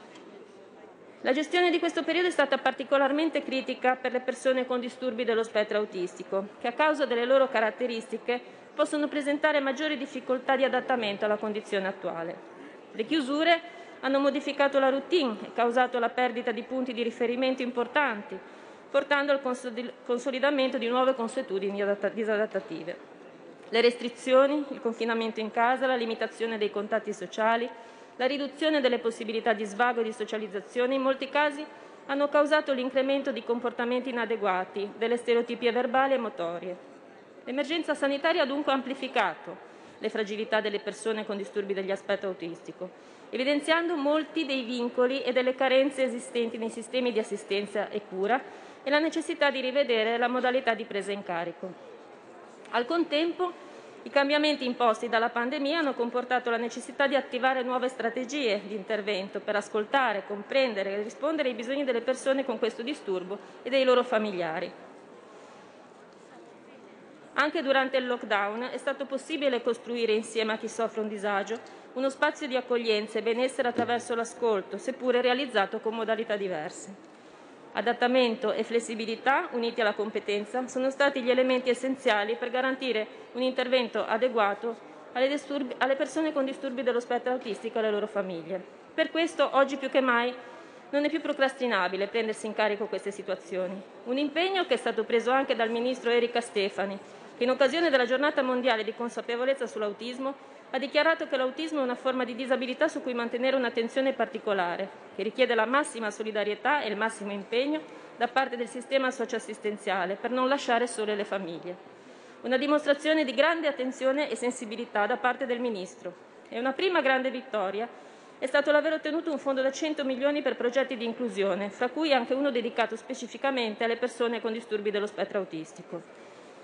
La gestione di questo periodo è stata particolarmente critica per le persone con disturbi dello spettro autistico, che a causa delle loro caratteristiche possono presentare maggiori difficoltà di adattamento alla condizione attuale. Le chiusure hanno modificato la routine e causato la perdita di punti di riferimento importanti, portando al consolidamento di nuove consuetudini disadattative. Le restrizioni, il confinamento in casa, la limitazione dei contatti sociali, la riduzione delle possibilità di svago e di socializzazione in molti casi hanno causato l'incremento di comportamenti inadeguati, delle stereotipie verbali e motorie. L'emergenza sanitaria ha dunque amplificato le fragilità delle persone con disturbi degli aspetti autistico, evidenziando molti dei vincoli e delle carenze esistenti nei sistemi di assistenza e cura e la necessità di rivedere la modalità di presa in carico. Al contempo, i cambiamenti imposti dalla pandemia hanno comportato la necessità di attivare nuove strategie di intervento per ascoltare, comprendere e rispondere ai bisogni delle persone con questo disturbo e dei loro familiari. Anche durante il lockdown è stato possibile costruire insieme a chi soffre un disagio uno spazio di accoglienza e benessere attraverso l'ascolto, seppure realizzato con modalità diverse. Adattamento e flessibilità, uniti alla competenza, sono stati gli elementi essenziali per garantire un intervento adeguato alle, disturbi, alle persone con disturbi dello spettro autistico e alle loro famiglie. Per questo, oggi più che mai, non è più procrastinabile prendersi in carico queste situazioni. Un impegno che è stato preso anche dal Ministro Erika Stefani, che in occasione della Giornata Mondiale di Consapevolezza sull'Autismo ha dichiarato che l'autismo è una forma di disabilità su cui mantenere un'attenzione particolare, che richiede la massima solidarietà e il massimo impegno da parte del sistema socioassistenziale per non lasciare sole le famiglie. Una dimostrazione di grande attenzione e sensibilità da parte del Ministro. E una prima grande vittoria è stato l'aver ottenuto un fondo da cento milioni per progetti di inclusione, fra cui anche uno dedicato specificamente alle persone con disturbi dello spettro autistico.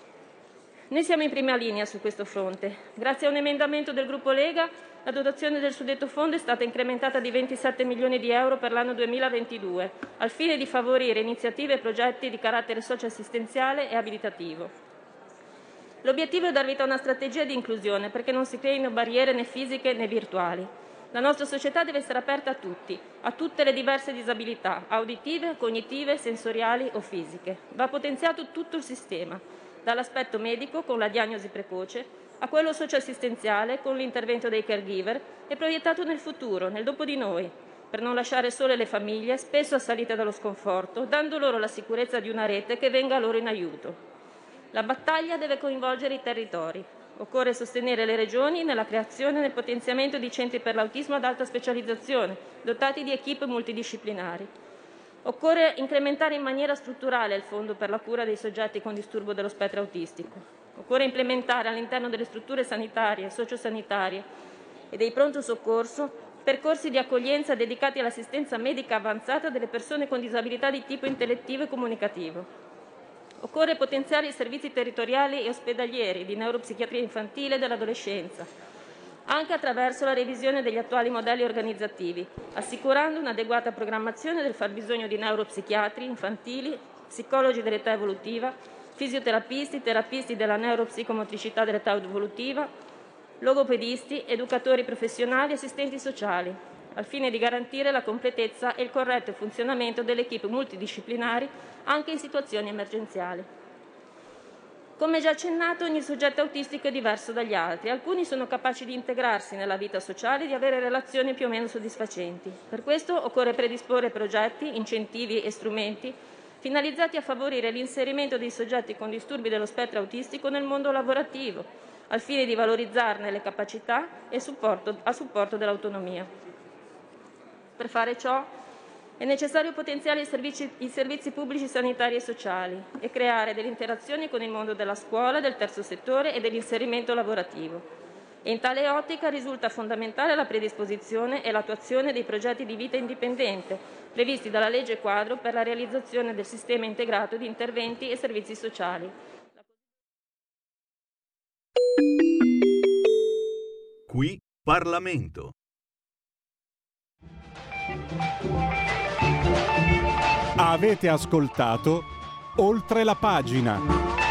Noi siamo in prima linea su questo fronte. Grazie a un emendamento del gruppo Lega, la dotazione del suddetto fondo è stata incrementata di ventisette milioni di euro per l'anno duemilaventidue, al fine di favorire iniziative e progetti di carattere socioassistenziale e abilitativo. L'obiettivo è dar vita a una strategia di inclusione perché non si creino barriere né fisiche né virtuali. La nostra società deve essere aperta a tutti, a tutte le diverse disabilità, auditive, cognitive, sensoriali o fisiche. Va potenziato tutto il sistema, dall'aspetto medico con la diagnosi precoce a quello socioassistenziale con l'intervento dei caregiver e proiettato nel futuro, nel dopo di noi, per non lasciare sole le famiglie, spesso assalite dallo sconforto, dando loro la sicurezza di una rete che venga loro in aiuto. La battaglia deve coinvolgere i territori. Occorre sostenere le regioni nella creazione e nel potenziamento di centri per l'autismo ad alta specializzazione, dotati di equip multidisciplinari. Occorre incrementare in maniera strutturale il fondo per la cura dei soggetti con disturbo dello spettro autistico. Occorre implementare all'interno delle strutture sanitarie e sociosanitarie e dei pronto soccorso percorsi di accoglienza dedicati all'assistenza medica avanzata delle persone con disabilità di tipo intellettivo e comunicativo. Occorre potenziare i servizi territoriali e ospedalieri di neuropsichiatria infantile e dell'adolescenza, anche attraverso la revisione degli attuali modelli organizzativi, assicurando un'adeguata programmazione del fabbisogno di neuropsichiatri infantili, psicologi dell'età evolutiva, fisioterapisti, terapisti della neuropsicomotricità dell'età evolutiva, logopedisti, educatori professionali e assistenti sociali, al fine di garantire la completezza e il corretto funzionamento delle equip multidisciplinari anche in situazioni emergenziali. Come già accennato, ogni soggetto autistico è diverso dagli altri. Alcuni sono capaci di integrarsi nella vita sociale e di avere relazioni più o meno soddisfacenti. Per questo occorre predisporre progetti, incentivi e strumenti finalizzati a favorire l'inserimento dei soggetti con disturbi dello spettro autistico nel mondo lavorativo, al fine di valorizzarne le capacità e supporto, a supporto dell'autonomia. Per fare ciò è necessario potenziare i servizi, i servizi pubblici sanitari e sociali e creare delle interazioni con il mondo della scuola, del terzo settore e dell'inserimento lavorativo. E in tale ottica risulta fondamentale la predisposizione e l'attuazione dei progetti di vita indipendente previsti dalla legge quadro per la realizzazione del sistema integrato di interventi e servizi sociali. Qui Parlamento. Avete ascoltato Oltre la pagina.